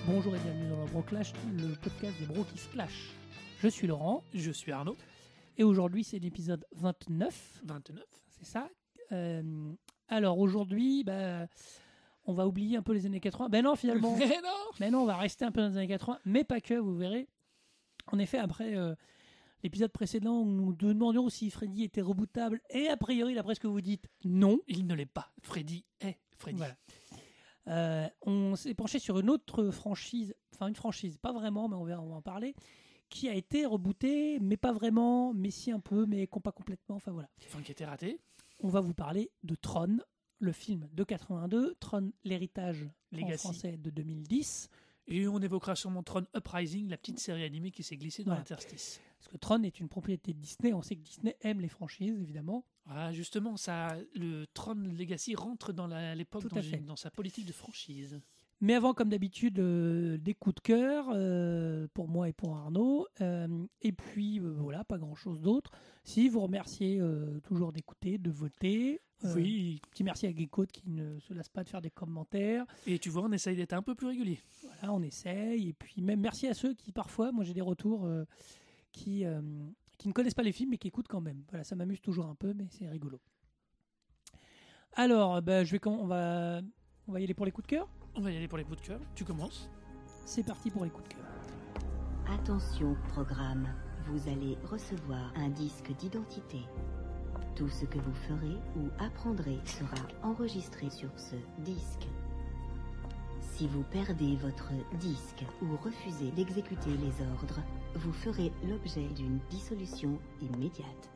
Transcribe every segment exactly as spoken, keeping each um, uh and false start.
Bonjour et bienvenue dans le Bro Clash, le podcast des bros qui se clashent. Je suis Laurent. Je suis Arnaud. Et aujourd'hui, c'est l'épisode vingt-neuf. vingt-neuf. C'est ça. Euh, alors aujourd'hui, bah, on va oublier un peu les années quatre-vingts. Ben non, finalement. Mais non Mais non, on va rester un peu dans les années quatre-vingts, mais pas que, vous verrez. En effet, après euh, l'épisode précédent où nous demandions si Freddy était rebootable, et a priori, d'après ce que vous dites, non. Il ne l'est pas. Freddy est Freddy. Voilà. Euh, on s'est penché sur une autre franchise, enfin une franchise, pas vraiment, mais on va, on va en parler, qui a été rebootée, mais pas vraiment, mais si un peu, mais pas complètement, enfin voilà. Enfin, qui était raté. On va vous parler de Tron, le film de quatre-vingt-deux, Tron, l'héritage Legacy. En français de deux mille dix. Et on évoquera sûrement Tron Uprising, la petite série animée qui s'est glissée dans Voilà. l'interstice. Parce que Tron est une propriété de Disney, on sait que Disney aime les franchises, évidemment. Ah, justement, ça, le Tron Legacy rentre dans la- l'époque, Tout dans, à fait. une- dans sa politique de franchise. Mais avant, comme d'habitude, euh, des coups de cœur euh, pour moi et pour Arnaud. Euh, et puis, euh, voilà, pas grand-chose d'autre. Si vous remerciez euh, toujours d'écouter, de voter. Euh, Oui, Petit merci à Geekode qui ne se lasse pas de faire des commentaires. et tu vois, on essaye d'être un peu plus régulier. Voilà, on essaye. Et puis, même merci à ceux qui, parfois, moi j'ai des retours euh, qui, euh, qui ne connaissent pas les films mais qui écoutent quand même. Voilà, ça m'amuse toujours un peu, mais c'est rigolo. Alors, ben, je vais, comm- on, va, on va y aller pour les coups de cœur. On va y aller pour les coups de cœur. Tu commences. C'est parti pour les coups de cœur. Attention, programme. Vous allez recevoir un disque d'identité. Tout ce que vous ferez ou apprendrez sera enregistré sur ce disque. Si vous perdez votre disque ou refusez d'exécuter les ordres, vous ferez l'objet d'une dissolution immédiate.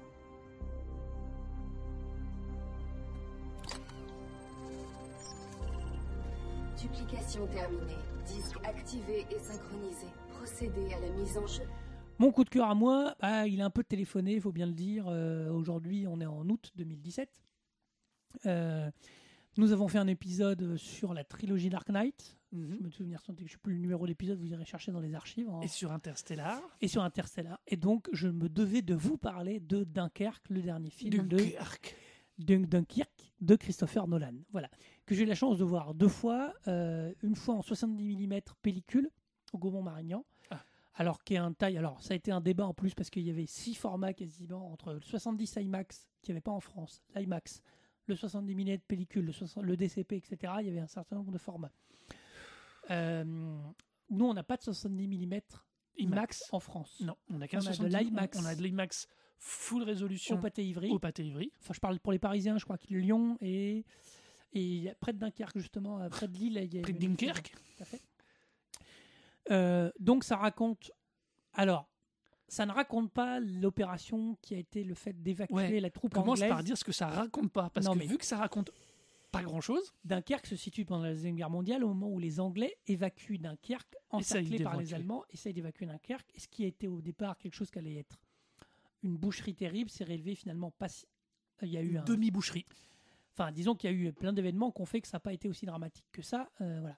Duplication terminée. Disque activé et synchronisé. Procédez à la mise en jeu. Mon coup de cœur à moi, bah, il a un peu téléphoné, il faut bien le dire. Euh, aujourd'hui, on est en août deux mille dix-sept. Euh, nous avons fait un épisode sur la trilogie Dark Knight. Je me souviens, je ne sais plus le numéro d'épisode, vous irez chercher dans les archives. hein. Et sur Interstellar. Et sur Interstellar. Et donc, je me devais de vous parler de Dunkerque, le dernier film de Dunkerque. Dun- Dunkirk de Christopher Nolan. Voilà. Que j'ai eu la chance de voir deux fois. Euh, une fois en soixante-dix millimètres pellicule au Gaumont-Marignan. Ah. Alors qu'il y a un taille. Alors, ça a été un débat en plus parce qu'il y avait six formats quasiment entre le soixante-dix IMAX qu'il n'y avait pas en France, l'IMAX, le soixante-dix millimètres pellicule, le, soixante le D C P, et cetera. Il y avait un certain nombre de formats. Euh, nous, on n'a pas de soixante-dix millimètres IMAX en France. Non, on a qu'un On a de soixante-dix. l'IMAX. On a de l'IMAX full Au résolution Pâté Ivry. au Pâté Ivry. Enfin, je parle pour les Parisiens, je crois qu'il y a Lyon et, et près de Dunkerque, justement, euh, près de Lille. Il y a Près de Dunkerque. Tout à fait. Euh, donc, ça raconte. Alors, ça ne raconte pas l'opération qui a été le fait d'évacuer Ouais. la troupe Commence anglaise. par dire ce que ça raconte pas. Parce Non, que mais- vu que ça raconte pas grand-chose, Dunkerque se situe pendant la Deuxième Guerre mondiale, au moment où les Anglais évacuent Dunkerque, encerclés Essayent par les d'évacuer. Allemands, essayent d'évacuer Dunkerque. Et ce qui a été au départ quelque chose qui allait être une boucherie terrible s'est révélé finalement pas si. Il y a eu un. demi-boucherie. Enfin, disons qu'il y a eu plein d'événements qui ont fait que ça n'a pas été aussi dramatique que ça. Euh, voilà.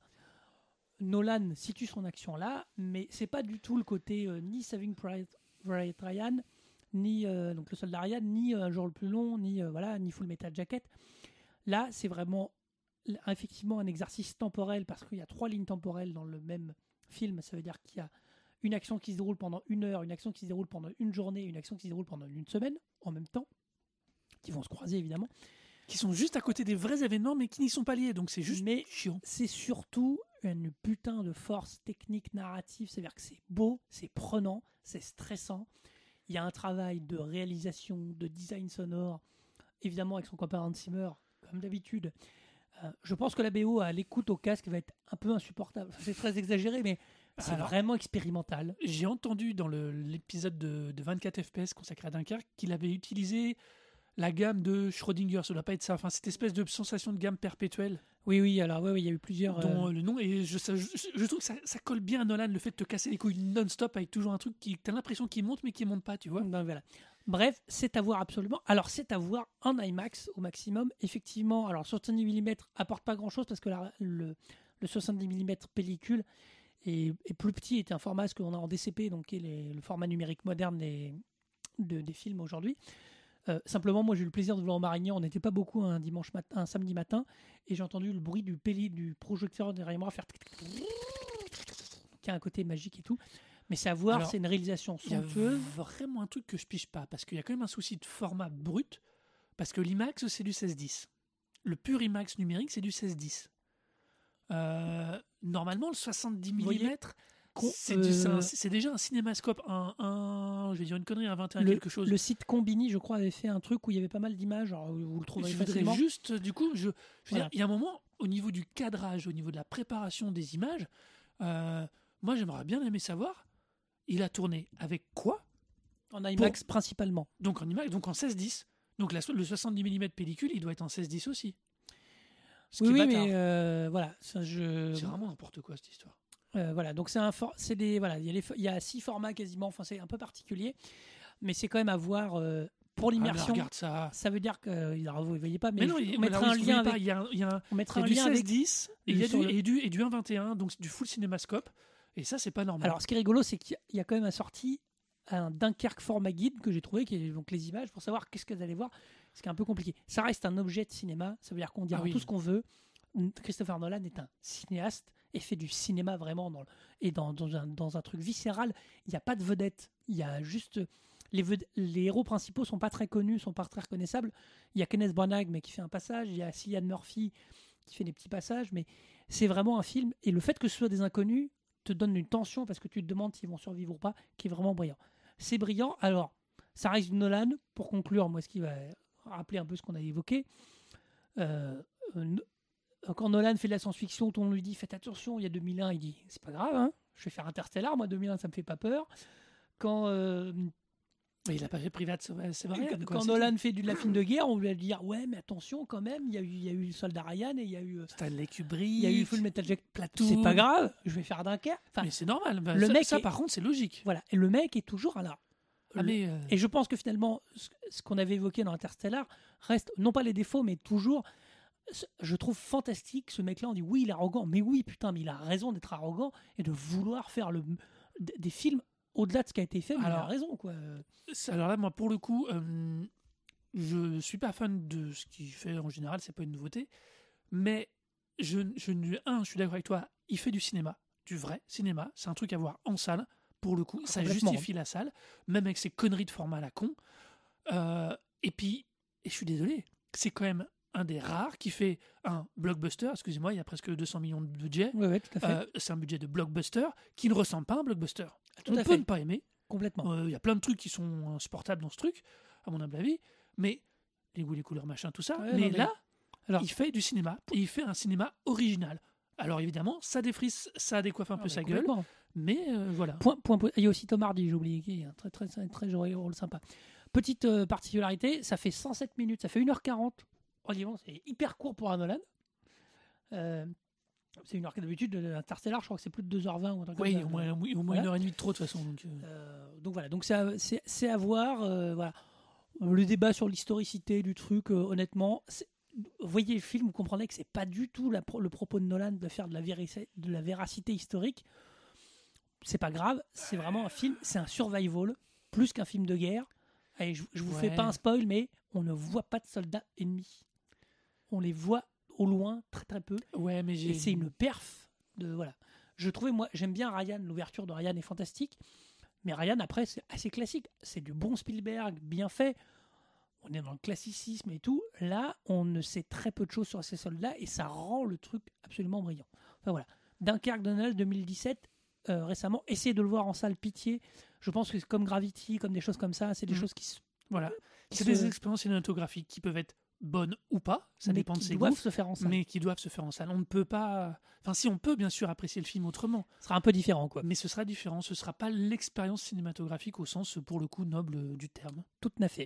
Nolan situe son action là, mais c'est pas du tout le côté euh, ni Saving Private Private Ryan, ni euh, donc le soldat Ryan, ni euh, Un jour le plus long, ni euh, voilà, ni Full Metal Jacket. Là, c'est vraiment l- effectivement un exercice temporel parce qu'il y a trois lignes temporelles dans le même film. Ça veut dire qu'il y a une action qui se déroule pendant une heure, une action qui se déroule pendant une journée, une action qui se déroule pendant une semaine en même temps, qui vont se croiser évidemment. Qui sont juste à côté des vrais événements, mais qui n'y sont pas liés. Donc c'est juste Mais chiant. c'est surtout une putain de force technique narrative, c'est-à-dire que c'est beau, c'est prenant, c'est stressant. Il y a un travail de réalisation, de design sonore, évidemment avec son copain Hans Zimmer, comme d'habitude. Euh, je pense que la B O à l'écoute au casque va être un peu insupportable. C'est très exagéré, mais c'est Alors, vraiment expérimental. J'ai entendu dans le- l'épisode de, de vingt-quatre F P S consacré à Dunkerque qu'il avait utilisé la gamme de Schrödinger. Ça doit pas être ça. Enfin, cette espèce de sensation de gamme perpétuelle Oui, oui, alors oui, oui, il y a eu plusieurs... dont euh, euh, le nom. Et je, ça- je, je trouve que ça, ça colle bien à Nolan, le fait de te casser les couilles non-stop avec toujours un truc qui t'as l'impression qu'il monte mais qui monte pas, tu vois. Ben voilà. Bref, c'est à voir absolument. Alors, c'est à voir en IMAX au maximum. Effectivement, alors soixante-dix millimètres apporte pas grand-chose parce que la- le, le soixante-dix millimètres pellicule est, est plus petit, est un format ce qu'on a en D C P, donc qui est les- le format numérique moderne des, de- des films aujourd'hui. Euh, simplement, moi, j'ai eu le plaisir de le voir en Marignan. On n'était pas beaucoup un dimanche matin, un samedi matin, et j'ai entendu le bruit du pelli, du projecteur derrière moi faire. qui a un côté magique et tout. Mais c'est à voir, Alors, c'est une réalisation Il y a somptueuse. vraiment un truc que je pige pas, parce qu'il y a quand même un souci de format brut, parce que l'IMAX, c'est du seize dix. Le pur IMAX numérique, c'est du seize dix. Euh, normalement, le soixante-dix Vous voyez, millimètres, con- c'est, du- c'est euh, un- c'est déjà un cinémascope, un, un- je vais dire une connerie, un vingt et un Le, quelque chose. le site Combini, je crois, avait fait un truc où il y avait pas mal d'images. Alors, vous le trouverez Je voudrais facilement. juste, du coup, je, je veux Voilà. dire, il y a un moment, au niveau du cadrage, au niveau de la préparation des images, euh, moi, j'aimerais bien aimer savoir, il a tourné avec quoi? En IMAX principalement. Donc en IMAX, donc en seize dix. Donc la, le soixante-dix millimètres pellicule, il doit être en seize dix aussi. Ce Oui, qui est oui, bâtard. mais euh, voilà. Ça, je... C'est vraiment n'importe quoi cette histoire. Euh, voilà, donc c'est un for- c'est des voilà, il y a les fo- il y a six formats quasiment, enfin c'est un peu particulier, mais c'est quand même à voir euh, pour Ah, mais l'immersion. regarde ça. Ça veut dire que alors, vous ne voyez pas, mais, Mais non, je- il, on mais mettra là, un vous lien voyez pas, avec il y a, un- il y a un- on il y mettra a un du lien avec seize dix et il y a sur du, le- et, du, et du un vingt et un, donc du full cinémascope. Et ça, c'est pas normal. Alors, ce qui est rigolo, c'est qu'il y a- il y a quand même sorti un Dunkerque format guide que j'ai trouvé, qui est donc les images pour savoir qu'est-ce que vous allez voir. Ce qui est un peu compliqué. Ça reste un objet de cinéma. Ça veut dire qu'on dira Ah oui. tout ce qu'on veut. Christopher Nolan est un cinéaste et fait du cinéma vraiment dans le- et dans, dans un, dans un truc viscéral. Il n'y a pas de vedette. Il y a juste les, ved- les héros principaux sont pas très connus, sont pas très reconnaissables. Il y a Kenneth Branagh mais qui fait un passage. Il y a Cillian Murphy qui fait des petits passages. Mais c'est vraiment un film. Et le fait que ce soit des inconnus te donne une tension parce que tu te demandes s'ils vont survivre ou pas, qui est vraiment brillant. C'est brillant. Alors, ça reste du Nolan. Pour conclure, moi, ce qui va rappeler un peu ce qu'on a évoqué. Euh, euh, quand Nolan fait de la science-fiction, tout le monde lui dit faites attention, il y a deux mille un, il dit c'est pas grave, hein, je vais faire Interstellar, moi deux mille un ça me fait pas peur. Quand, euh, Mais il a pas fait Private, c'est vrai. c'est vrai, quand, quoi, quand c'est Nolan fait de la film de guerre, on lui va dire ouais mais attention quand même, il y a eu, il y a eu le Soldat Ryan et il y a eu, euh, Stanley Kubrick. il y a eu Full Metal Jacket. Platoon. C'est pas grave, je vais faire Dunkerque. Enfin, Mais c'est normal. Bah, le ça, mec ça est- par contre, c'est logique. voilà, et le mec est toujours là. Ah, mais, euh, Et je pense que finalement, ce- ce qu'on avait évoqué dans Interstellar reste, non pas les défauts, mais toujours, ce- je trouve fantastique ce mec-là. On dit oui, il est arrogant, mais oui, putain, mais il a raison d'être arrogant et de vouloir faire le, d- des films au-delà de ce qui a été fait. Mais il a Alors, raison, quoi. c'est- alors là, moi, pour le coup, euh, je suis pas fan de ce qu'il fait en général, c'est pas une nouveauté. Mais je, je, ne- un, je suis d'accord avec toi, il fait du cinéma, du vrai cinéma. C'est un truc à voir en salle. Pour le coup, ça Complètement. justifie la salle, même avec ses conneries de format à la con. Euh, et puis, et je suis désolé, c'est quand même un des rares qui fait un blockbuster. Excusez-moi, il y a presque deux cents millions de budget. Oui, oui, tout à fait. Euh, c'est un budget de blockbuster qui ne ressemble pas à un blockbuster. Tout On à peut fait. ne pas aimer. Complètement. Euh, Il y a plein de trucs qui sont insupportables dans ce truc, à mon humble avis. Mais les goûts, les couleurs, machin, tout ça. Ouais, mais non, mais- là, Alors- il fait du cinéma. Et il fait un cinéma original. Alors évidemment, ça défrise, ça décoiffe un Ah, peu bah, sa gueule. complètement. Mais euh, voilà. Point, point, point. Il y a aussi Tom Hardy, j'ai oublié, qui est un très, très, très, très joli rôle sympa. Petite euh, particularité, ça fait cent sept minutes, ça fait une heure quarante. Oh, dis donc, c'est hyper court pour un Nolan. Euh, c'est une heure d'habitude, Interstellar, je crois que c'est plus de deux heures vingt. Ou un truc comme Oui, ça. au moins, au moins Voilà. une heure et demie de trop de toute façon. Donc, euh, Euh, donc voilà, donc c'est à, c'est- c'est à voir. euh, voilà. Le débat sur l'historicité du truc, euh, honnêtement, c'est- vous voyez le film, vous comprenez que c'est pas du tout la pro- le propos de Nolan de faire de la, véri- de la véracité historique. C'est pas grave, c'est vraiment un film, c'est un survival, plus qu'un film de guerre. Allez, je, je vous fais Ouais. pas un spoil, mais on ne voit pas de soldats ennemis. On les voit au loin, très très peu. ouais, mais Et j'ai. c'est une perf de voilà. Je trouvais moi j'aime bien Ryan, l'ouverture de Ryan est fantastique, mais Ryan après c'est assez classique, c'est du bon Spielberg bien fait. On est dans le classicisme et tout. Là, on ne sait très peu de choses sur ces soldats et ça rend le truc absolument brillant. Enfin voilà. Dunkerque Donald deux mille dix-sept euh, récemment, essayez de le voir en salle, pitié. Je pense que c'est comme Gravity, comme des choses comme ça, c'est des Mhm. choses qui, se- Voilà. qui C'est se- des expériences cinématographiques qui peuvent être bonnes ou pas. Ça mais dépend de qui ses doivent goûts. se faire en salle. Mais qui doivent se faire en salle. On ne peut pas. Enfin, si on peut bien sûr apprécier le film autrement, Ce sera un peu différent quoi. mais ce sera différent. Ce sera pas l'expérience cinématographique au sens pour le coup noble du terme. Tout à fait.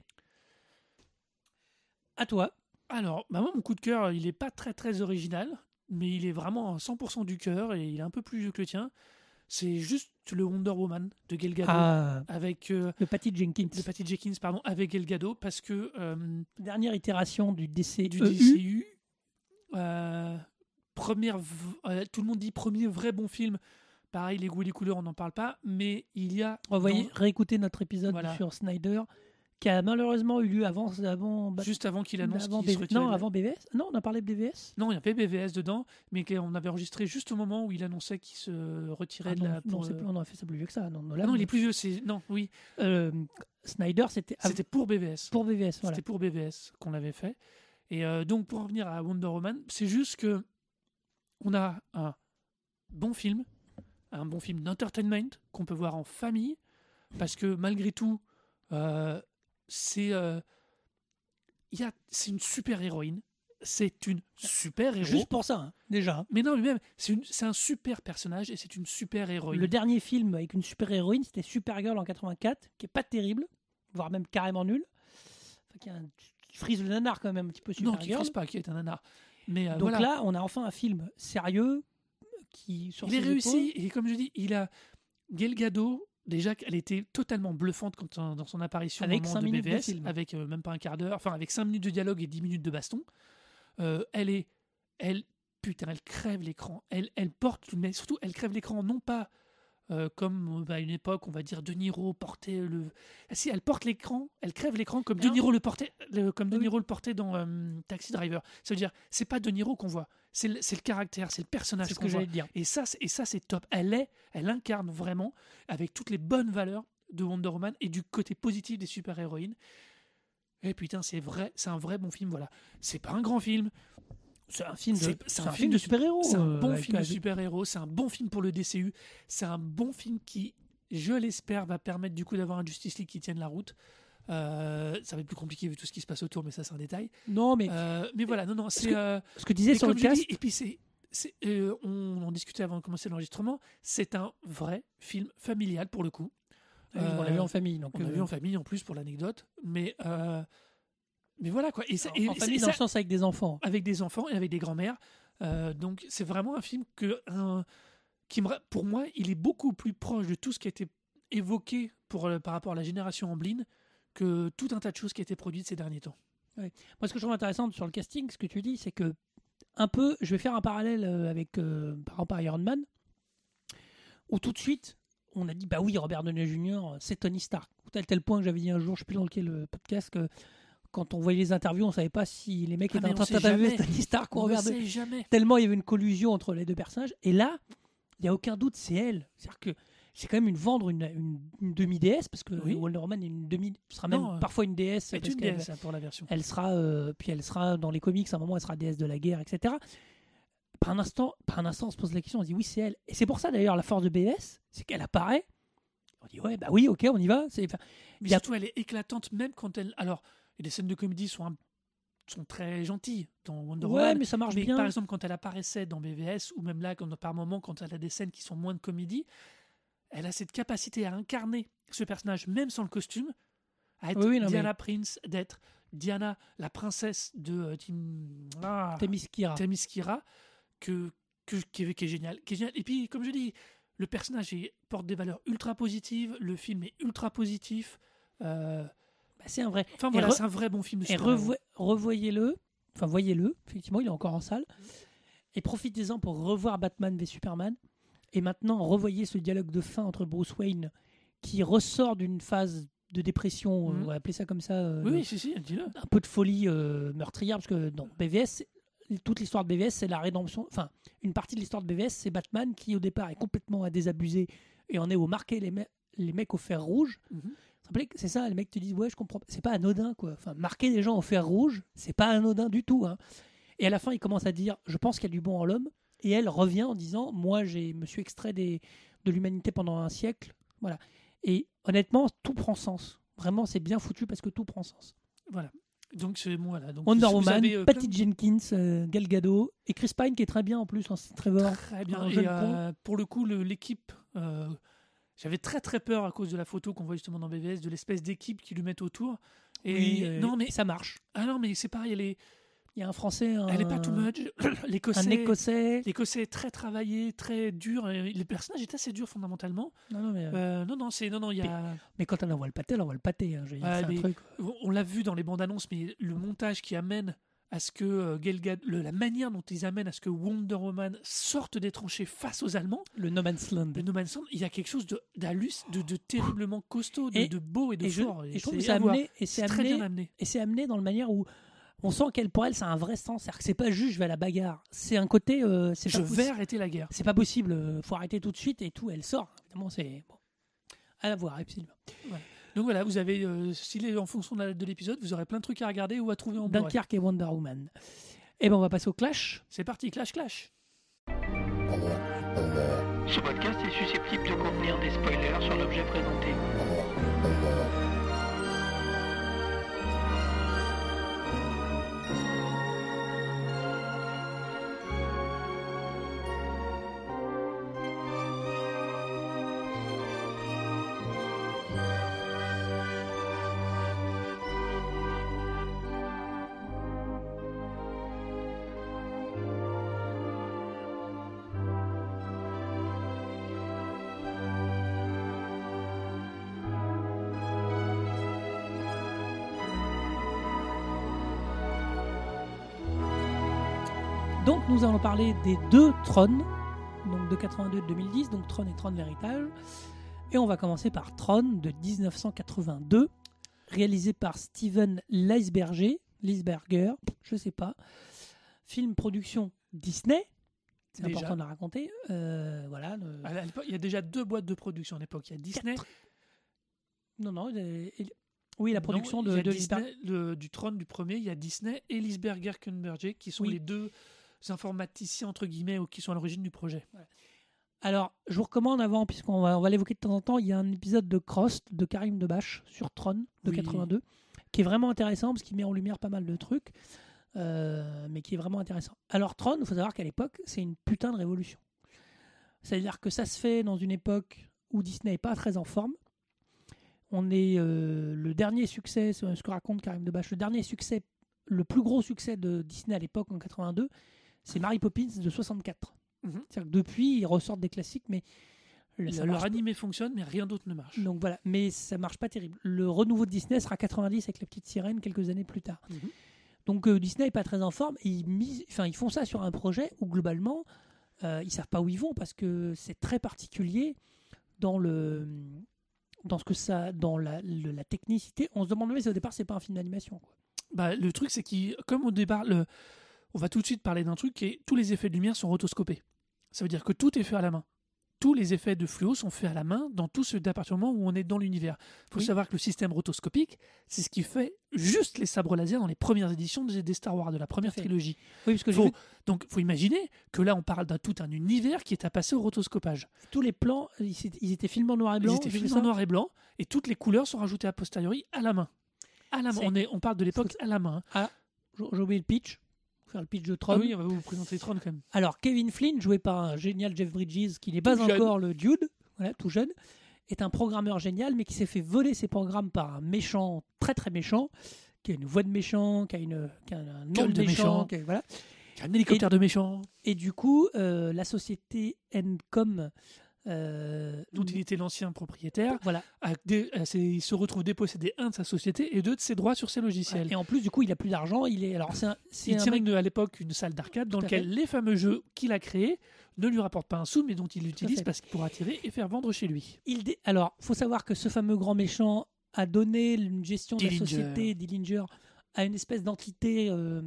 À toi. Alors, bah moi, mon coup de cœur, il est pas très très original, mais il est vraiment à cent pour cent du cœur et il est un peu plus vieux que le tien. C'est juste le Wonder Woman de Gal Gadot Ah, avec euh, le Patty Jenkins. de Patty Jenkins, pardon, avec Gal Gadot parce que euh, Dernière itération du D C du E U. D C U, euh, première, v- euh, tout le monde dit premier vrai bon film. Pareil, les goûts et les couleurs, on n'en parle pas, mais il y a Revoyez, dans- réécoutez notre épisode Voilà. sur Snyder. qui a malheureusement eu lieu avant, avant, bah, Juste avant qu'il annonce avant qu'il se B V- retirait. non, de- avant B V S. Non, on a parlé de B V S. Non, il y avait B V S dedans, mais qu'on avait enregistré juste au moment où il annonçait qu'il se retirait Ah de non, la. non, pour, c'est euh, plus- on a fait ça plus vieux que ça. Non, Ah non, il est plus vieux. C'est non, oui. Euh, Snyder, c'était av- C'était pour B V S. pour B V S. Voilà. C'était pour B V S qu'on l'avait fait. Et euh, donc, pour revenir à Wonder Woman, c'est juste que on a un bon film, un bon film d'entertainment qu'on peut voir en famille, parce que malgré tout, euh, c'est euh, il y a, c'est une super héroïne. C'est une super héros. Juste pour ça, hein, déjà. hein. Mais non, mais même, c'est, une- c'est un super personnage et c'est une super héroïne. Le dernier film avec une super-héroïne, c'était Supergirl en quatre-vingt-quatre, qui est pas terrible, voire même carrément nul. Enfin, qui, a un- qui frise le nanar quand même un petit peu non, qui Supergirl. frise pas, qui est un nanar. Mais euh, Donc voilà. là, on a enfin un film sérieux qui sur il ses est réussi épaules- et comme je dis, il a Gal Gadot. Déjà, elle était totalement bluffante quand, euh, dans son apparition Avec au moment cinq de minutes de B V S, film. avec euh, même pas un quart d'heure, enfin avec cinq minutes de dialogue et dix minutes de baston. Euh, elle est, elle, putain, elle crève l'écran. Elle, elle porte, mais surtout, elle crève l'écran non pas euh, comme euh, à une époque, on va dire De Niro portait le. Ah, si, elle porte l'écran, elle crève l'écran comme De Non. Niro le portait, le- comme De Oui. Niro le portait dans euh, Taxi Driver. Ça veut dire, c'est pas De Niro qu'on voit, c'est le, c'est le caractère, c'est le personnage C'est ce qu'on que voit. j'allais te dire. Et ça, c'est- et ça, c'est top. Elle est, elle incarne vraiment avec toutes les bonnes valeurs de Wonder Woman et du côté positif des super-héroïnes. Et putain, c'est vrai, c'est un vrai bon film. Voilà, c'est pas un grand film. C'est un film de, C'est- c'est un film de super-héros. C'est un euh, bon avec- film de avec- super-héros. C'est un bon film pour le D C U. C'est un bon film qui, je l'espère, va permettre du coup d'avoir un Justice League qui tienne la route. Euh, ça va être plus compliqué vu tout ce qui se passe autour, mais ça c'est un détail. Non, mais Euh, mais voilà, non, non, ce c'est. que- euh, ce que disait et sur le comme je cast, dis, et puis c'est, c'est, euh, on en discutait avant de commencer l'enregistrement. C'est un vrai film familial pour le coup. on l'a Euh, vu en famille. Donc, On l'a euh, vu en famille en plus pour l'anecdote, mais euh, mais voilà quoi. Et, ça, et, en et famille ça- dans le sens avec des enfants. avec des enfants et avec des grands-mères. Euh, donc c'est vraiment un film que un- qui me, ra- pour moi, il est beaucoup plus proche de tout ce qui a été évoqué pour euh, par rapport à la génération Amblin que tout un tas de choses qui a été produites ces derniers temps. Moi, ce que je trouve intéressant sur le casting, ce que tu dis, c'est que un peu, je vais faire un parallèle euh, avec euh, par exemple Iron Man, où tout de suite, on a dit bah oui, Robert Downey junior, c'est Tony Stark. Tel tel point que j'avais dit un jour, je sais plus dans lequel le podcast, que quand on voyait les interviews, on savait pas si les mecs Ah, étaient mais en on train sait d'interviewer jamais. Tony Stark ou On ne Robert Downey. sait jamais. Tellement il y avait une collusion entre les deux personnages. Et là, il n'y a aucun doute, c'est elle. C'est-à-dire que c'est quand même une vendre une, une, une demi-déesse, parce que Oui. Wonder Woman est une demi, sera Non, même euh, parfois une déesse. C'est parce une qu'elle- déesse, ça, pour la version. elle sera, euh, puis elle sera dans les comics, à un moment, elle sera déesse de la guerre, et cetera. Par un instant, par un instant, on se pose la question, on se dit oui, c'est elle. Et c'est pour ça d'ailleurs la force de B S, c'est qu'elle apparaît. On dit ouais, bah oui, ok, on y va. C'est, enfin, Mais il y a- surtout, elle est éclatante même quand elle. Alors, les scènes de comédie sont un- sont très gentilles dans Wonder ouais, Woman. mais ça marche Mais bien. par exemple, quand elle apparaissait dans B V S, ou même là, quand, par moment, quand elle a des scènes qui sont moins de comédie, elle a cette capacité à incarner ce personnage, même sans le costume, à être Oui, oui, non, Diana Prince, d'être Diana, la princesse de euh, Tim... ah, Themyscira. Themyscira, que, que, qui, est, qui est génial, qui est génial. Et puis, comme je dis, le personnage est- porte des valeurs ultra positives, le film est ultra positif. euh, Bah, c'est un vrai. Enfin Et voilà, re- c'est un vrai bon film de Et super-héros. revo- revoyez-le, enfin voyez-le, effectivement, il est encore en salle. Et profitez-en pour revoir Batman v Superman. Et maintenant, revoyez ce dialogue de fin entre Bruce Wayne qui ressort d'une phase de dépression, Mhm. on va appeler ça comme ça, euh, Oui, oui, si, si, dis-le. un peu de folie euh, meurtrière, parce que dans B V S, c'est- toute l'histoire de B V S, c'est la rédemption. Enfin, une partie de l'histoire de B V S, c'est Batman qui, au départ, est complètement désabusé et en est au marquer les, me- les mecs au fer rouge. Mhm. Vous vous rappelez que c'est ça, les mecs te disent ouais, je comprends. C'est pas anodin, quoi. Enfin, marquer des gens au fer rouge, c'est pas anodin du tout. Hein. Et à la fin, il commence à dire je pense qu'il y a du bon en l'homme. Et elle revient en disant moi, j'ai me suis extrait des, de l'humanité pendant un siècle. Voilà. Et honnêtement, tout prend sens. Vraiment, c'est bien foutu parce que tout prend sens. Voilà. Donc, c'est moi là. Donc, Wonder vous Woman, avez, euh, plein Patty Jenkins, euh, Gal Gadot et Chris Pine qui est très bien en plus en Trevor. de- Très bien. un Et jeune euh, pour le coup, le- l'équipe. euh, J'avais très très peur à cause de la photo qu'on voit justement dans B V S, de l'espèce d'équipe qui lui mettent autour. Et Oui, euh, non, mais ça marche. ah non, mais c'est pareil. Elle est, Il y a un Français, un, elle est pas too much. L'écossais. un Écossais. L'écossais est très travaillé, très dur. Et le personnage est assez dur fondamentalement. Non, non, mais, euh, Euh, non, non, c'est non, non. Il y a. mais quand on envoie le pâté, on envoie le pâté. Hein, je veux dire, Ouais, c'est un mais- truc. On l'a vu dans les bandes annonces, mais le montage qui amène à ce que euh, Gal Gadot, le- la manière dont ils amènent à ce que Wonder Woman sorte des tranchées face aux Allemands, Le No Man's Land. le No Man's Land, il y a quelque chose de, d'halluc- de, de terriblement costaud, de, Et- de beau et de et je, fort. et je trouve c'est que c'est à voir. amené, et c'est C'est très bien amené, amené. et c'est amené dans la manière où on sent qu'elle, pour elle, c'est un vrai sens. C'est-à-dire que c'est pas juste je vais à la bagarre. C'est un côté, euh, c'est Je pas vais possi- arrêter la guerre. c'est pas possible. euh, Faut arrêter tout de suite et tout. Elle sort. Évidemment, c'est bon. À la voir, absolument. Donc voilà, vous avez, euh, s'il est en fonction de la date de l'épisode, vous aurez plein de trucs à regarder ou à trouver en Blu-ray. Dunkerque et Wonder Woman. Et ben on va passer au clash. C'est parti, clash clash. Ce podcast est susceptible de contenir des spoilers sur l'objet présenté. Donc nous allons parler des deux Tron, donc de quatre-vingt-deux et de deux mille dix, donc Tron et Tron l'héritage. Et on va commencer par Tron de dix-neuf cent quatre-vingt-deux, réalisé par Steven Leisberger, Leisberger, je sais pas. Film production Disney, c'est Déjà. important de la raconter. Euh, voilà. le- À l'époque, il y a déjà deux boîtes de production à l'époque. Il y a Disney. Non, non, il est- il- oui, la production Non, de, il y a de Disney, le- du trône du premier, il y a Disney et Lisberger Kunberger qui sont Oui. les deux informaticiens entre guillemets ou qui sont à l'origine du projet. Alors, je vous recommande avant, puisqu'on va, on va l'évoquer de temps en temps, il y a un épisode de Crost de Karim Debache sur Tron de Oui. quatre-vingt-deux, qui est vraiment intéressant parce qu'il met en lumière pas mal de trucs, euh, mais qui est vraiment intéressant. Alors, Tron, il faut savoir qu'à l'époque, c'est une putain de révolution. C'est-à-dire que ça se fait dans une époque où Disney n'est pas très en forme. On est euh, le dernier succès, ce ce que raconte Karim Debache, le dernier succès, le plus gros succès de Disney à l'époque en quatre-vingt-deux, c'est Mary Poppins de soixante-quatre. Mhm. C'est-à-dire que depuis, ils ressortent des classiques, mais ça Leur marche pas. animé fonctionne, mais rien d'autre ne marche. Donc voilà, mais ça marche pas terrible. Le renouveau de Disney sera quatre-vingt-dix avec la petite sirène quelques années plus tard. Mhm. Donc euh, Disney est pas très en forme. Et ils, misent, enfin, ils font ça sur un projet où globalement, euh, ils savent pas où ils vont parce que c'est très particulier dans le, dans ce que ça, dans la, le- la technicité. On se demande même si au départ c'est pas un film d'animation, quoi. Bah, le truc, c'est qu'il, comme au départ, le, on va tout de suite parler d'un truc qui est tous les effets de lumière sont rotoscopés. Ça veut dire que tout est fait à la main. Tous les effets de fluo sont faits à la main dans tout ce département où on est dans l'univers. Il faut Oui. savoir que le système rotoscopique, c'est ce qui fait juste les sabres laser dans les premières éditions des, des Star Wars, de la première Tout à fait. trilogie. Oui, parce que j'ai Faut- vu Donc, il faut imaginer que là, on parle d'un tout un univers qui est à passer au rotoscopage. que tous les plans, ils, étaient- ils étaient filmés en noir et blanc. Ils étaient j'ai vu filmés ça. en noir et blanc et toutes les couleurs sont rajoutées a posteriori à la main. À la main. C'est- On, est, on parle de l'époque à la main. hein. J'ai j'ai oublié le pitch. Faut faire le pitch de Tron. Ah oui, on va vous présenter Tron quand même. Alors, Kevin Flynn, joué par un génial Jeff Bridges, qui n'est pas Tout jeune. encore le Dude, voilà, tout jeune, est un programmeur génial, mais qui s'est fait voler ses programmes par un méchant, très très méchant, qui a une voix de méchant, qui a, une, qui a un nom Gueule de de méchant. méchant. qui a- voilà. Un hélicoptère de méchant Et du coup, euh, la société Encom, euh, dont il était l'ancien propriétaire, voilà. a dé- a- c'est- il se retrouve dépossédé un de sa société et deux de ses droits sur ses logiciels. Et en plus, du coup, il a plus d'argent. Il est alors c'est un, c'est Il un tient mec- une- à l'époque une salle d'arcade dans Tout à laquelle fait. les fameux jeux qu'il a créés ne lui rapportent pas un sou, mais dont il fait. l'utilise parce qu'il pourra tirer et faire vendre chez lui. il dé- alors, faut savoir que ce fameux grand méchant a donné une gestion de la Dillinger. société Dillinger à une espèce d'entité. euh,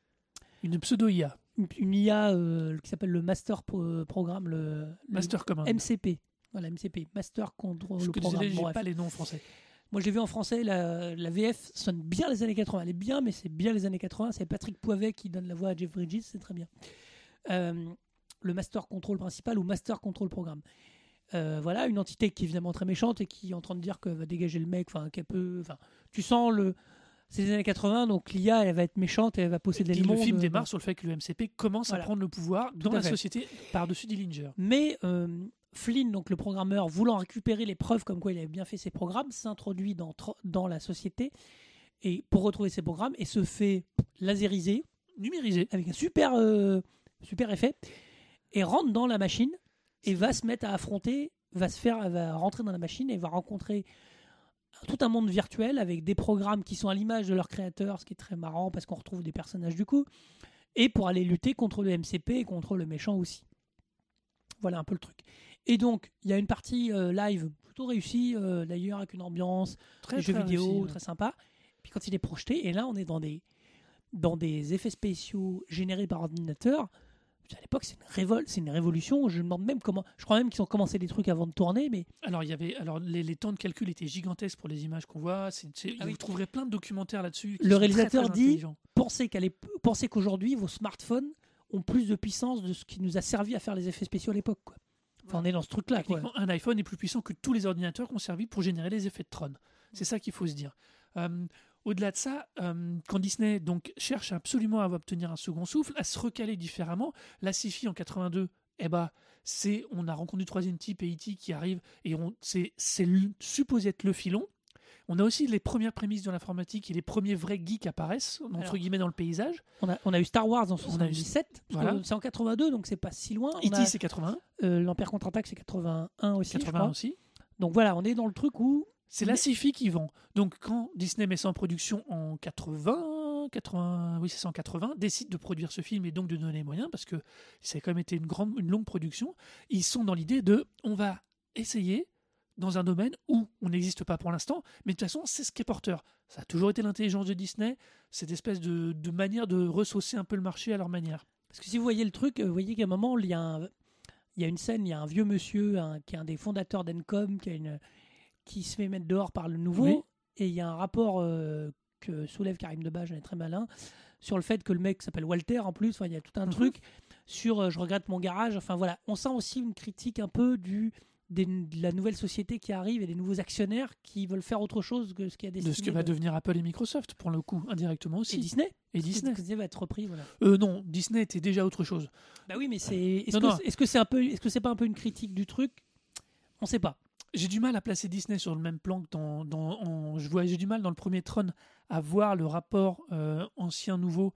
Une pseudo-I A, une, une I A euh, qui s'appelle le Master Pro- Programme, le, le Master Command. M C P. Voilà, M C P, Master Control Je suis Programme. désolé, j'ai Bref. pas les noms en français. Moi, j'ai vu en français, la, la V F sonne bien les années quatre-vingts. Elle est bien, mais c'est bien les années quatre-vingts. C'est Patrick Poivet qui donne la voix à Jeff Bridges, c'est très bien. Euh, le Master Control principal ou Master Control Programme. Euh, voilà, une entité qui est évidemment très méchante et qui est en train de dire qu'elle va dégager le mec, enfin, qu'elle peut. Enfin, tu sens le. C'est les années quatre-vingts, donc l'I A, elle va être méchante et elle va posséder Et le le monde. film euh, démarre sur le fait que le M C P commence Voilà. à prendre le pouvoir dans à la fait. société par-dessus Dillinger. Mais euh, Flynn, donc le programmeur, voulant récupérer les preuves comme quoi il avait bien fait ses programmes, s'introduit dans, tro- dans la société et pour retrouver ses programmes et se fait laseriser Numérisé. avec un super, euh, super effet et rentre dans la machine et va se mettre à affronter, va se faire, va rentrer dans la machine et va rencontrer tout un monde virtuel avec des programmes qui sont à l'image de leurs créateurs, ce qui est très marrant parce qu'on retrouve des personnages du coup, et pour aller lutter contre le M C P et contre le méchant aussi. Voilà un peu le truc. Et donc, il y a une partie euh, live plutôt réussie, euh, d'ailleurs, avec une ambiance, Très, des jeux très vidéo réussi, ouais. très sympa. Puis quand il est projeté, et là, on est dans des, dans des effets spéciaux générés par ordinateur. À l'époque, c'est une, révol- c'est une révolution. Je me demande même comment. Je crois même qu'ils ont commencé des trucs avant de tourner, mais Alors, il y avait, alors les, les temps de calcul étaient gigantesques pour les images qu'on voit. C'est, c'est, Ah oui. Vous trouverez plein de documentaires là-dessus. qui Le sont réalisateur très, très dit- intelligents. pensez, qu'à l'ép- pensez qu'aujourd'hui, vos smartphones ont plus de puissance de ce qui nous a servi à faire les effets spéciaux à l'époque, quoi. Enfin, on est dans ce truc-là, quoi. Techniquement, un iPhone est plus puissant que tous les ordinateurs qui ont servi pour générer les effets de Tron. C'est ça qu'il faut se dire. Euh, au-delà de ça, euh, quand Disney donc, cherche absolument à obtenir un second souffle, à se recaler différemment, la sci-fi en quatre-vingt-deux, eh ben, c'est, on a rencontré du troisième type et E T qui arrive, et on, c'est, c'est le- supposé être le filon. On a aussi les premières prémices de l'informatique et les premiers vrais geeks apparaissent, entre Alors, guillemets, dans le paysage. On a, on a eu Star Wars en On a eu- soixante-dix-sept. parce voilà. que C'est en quatre-vingt-deux, donc c'est pas si loin. E On T, a, c'est quatre-vingt-un, euh, L'Empire contre-attaque, c'est quatre-vingt-un aussi. je quatre-vingt-un crois. aussi. Donc voilà, on est dans le truc où. C'est Mais- la sci-fi qui vend. Donc quand Disney met ça en production en quatre-vingts, quatre-vingts, oui c'est ça en quatre-vingts, décide de produire ce film et donc de donner les moyens parce que ça a quand même été une grande, une longue production. Ils sont dans l'idée de, on va essayer dans un domaine où on n'existe pas pour l'instant, mais de toute façon c'est ce qui est porteur. Ça a toujours été l'intelligence de Disney, cette espèce de, de manière de ressaucer un peu le marché à leur manière. Parce que si vous voyez le truc, euh, vous voyez qu'à un moment, il y a, un- il y a une scène, il y a un vieux monsieur un- qui est un des fondateurs d'Encom qui, a une, qui se fait mettre dehors par le nouveau. Oui. Et il y a un rapport euh, que soulève Karim Debache, on est très malin, sur le fait que le mec s'appelle Walter en plus. Enfin, il y a tout un Mhm. truc sur euh, je regrette mon garage. Enfin voilà, on sent aussi une critique un peu du, des- de la nouvelle société qui arrive et des nouveaux actionnaires qui veulent faire autre chose que ce qui a décidé. De ce que va devenir Apple et Microsoft, pour le coup, indirectement aussi. Et Disney. Et Disney. Disney va être repris, voilà. Euh, non, Disney était déjà autre chose. Bah oui, mais c'est. Est-ce Non, que non. c'est- est-ce que c'est un peu, est-ce que c'est pas un peu une critique du truc? On sait pas. J'ai du mal à placer Disney sur le même plan que dans, dans en- je vois j'ai du mal dans le premier Tron à voir le rapport euh, ancien nouveau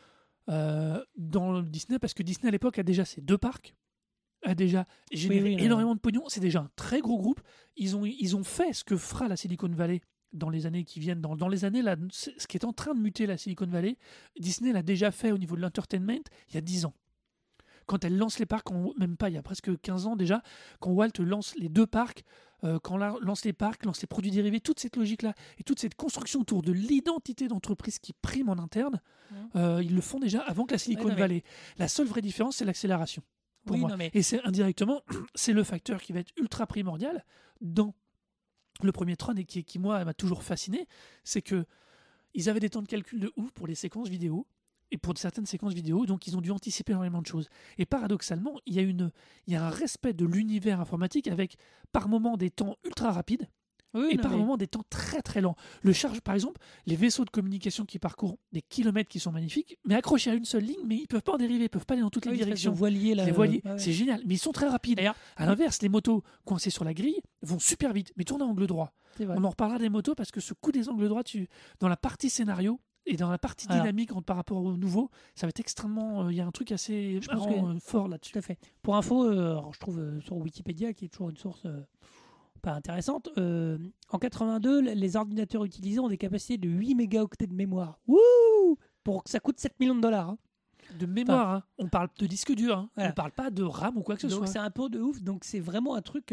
euh, dans le Disney parce que Disney à l'époque a déjà ses deux parcs, a déjà généré oui, oui, énormément de pognon, c'est déjà un très gros groupe. Ils ont ils ont fait ce que fera la Silicon Valley dans les années qui viennent, dans, dans les années là, c'est- ce qui est en train de muter la Silicon Valley, Disney l'a déjà fait au niveau de l'entertainment il y a dix ans. Quand elle lance les parcs, en- même pas, il y a presque quinze ans déjà, quand Walt lance les deux parcs, euh, quand on lance les parcs, lance les produits dérivés, toute cette logique-là et toute cette construction autour de l'identité d'entreprise qui prime en interne, Mmh. euh, ils le font déjà avant que la Silicon Ouais, non, mais- Valley. La seule vraie différence, c'est l'accélération. Pour Oui, moi. non, mais- Et c'est indirectement, c'est le facteur qui va être ultra primordial dans le premier Tron et qui, qui moi, m'a toujours fasciné, c'est que ils avaient des temps de calcul de ouf pour les séquences vidéo et pour certaines séquences vidéo, donc ils ont dû anticiper énormément de choses. Et paradoxalement, il y a, une, il y a un respect de l'univers informatique avec par moments des temps ultra rapides Oui, et non, par mais- moments des temps très très lents. Le charge, par exemple, les vaisseaux de communication qui parcourent des kilomètres qui sont magnifiques, mais accrochés à une seule ligne, mais ils peuvent pas en dériver, ils peuvent pas aller dans toutes Ah les oui, directions. Les voiliers, là. Les euh, voiliers, ouais, ouais. c'est génial, mais ils sont très rapides. D'ailleurs, À l'inverse, les motos coincées sur la grille vont super vite, mais tournent à angle droit. c'est vrai. On en reparlera des motos parce que ce coup des angles droits, tu, dans la partie scénario et dans la partie Alors. dynamique en- par rapport au nouveau, ça va être extrêmement. Il y a un truc assez Je pense marrant, que- euh, fort là-dessus. Tout à fait. Pour info, euh, alors, je trouve euh, sur Wikipédia, qui est toujours une source euh, pas intéressante, euh, en quatre-vingt-deux, l- les ordinateurs utilisés ont des capacités de huit mégaoctets de mémoire. Wouh! Pour que ça coûte sept millions de dollars. hein. De mémoire, hein. On parle de disque dur, hein. Voilà. On parle pas de RAM ou quoi que ce Donc soit. c'est un peu de ouf. Donc c'est vraiment un truc.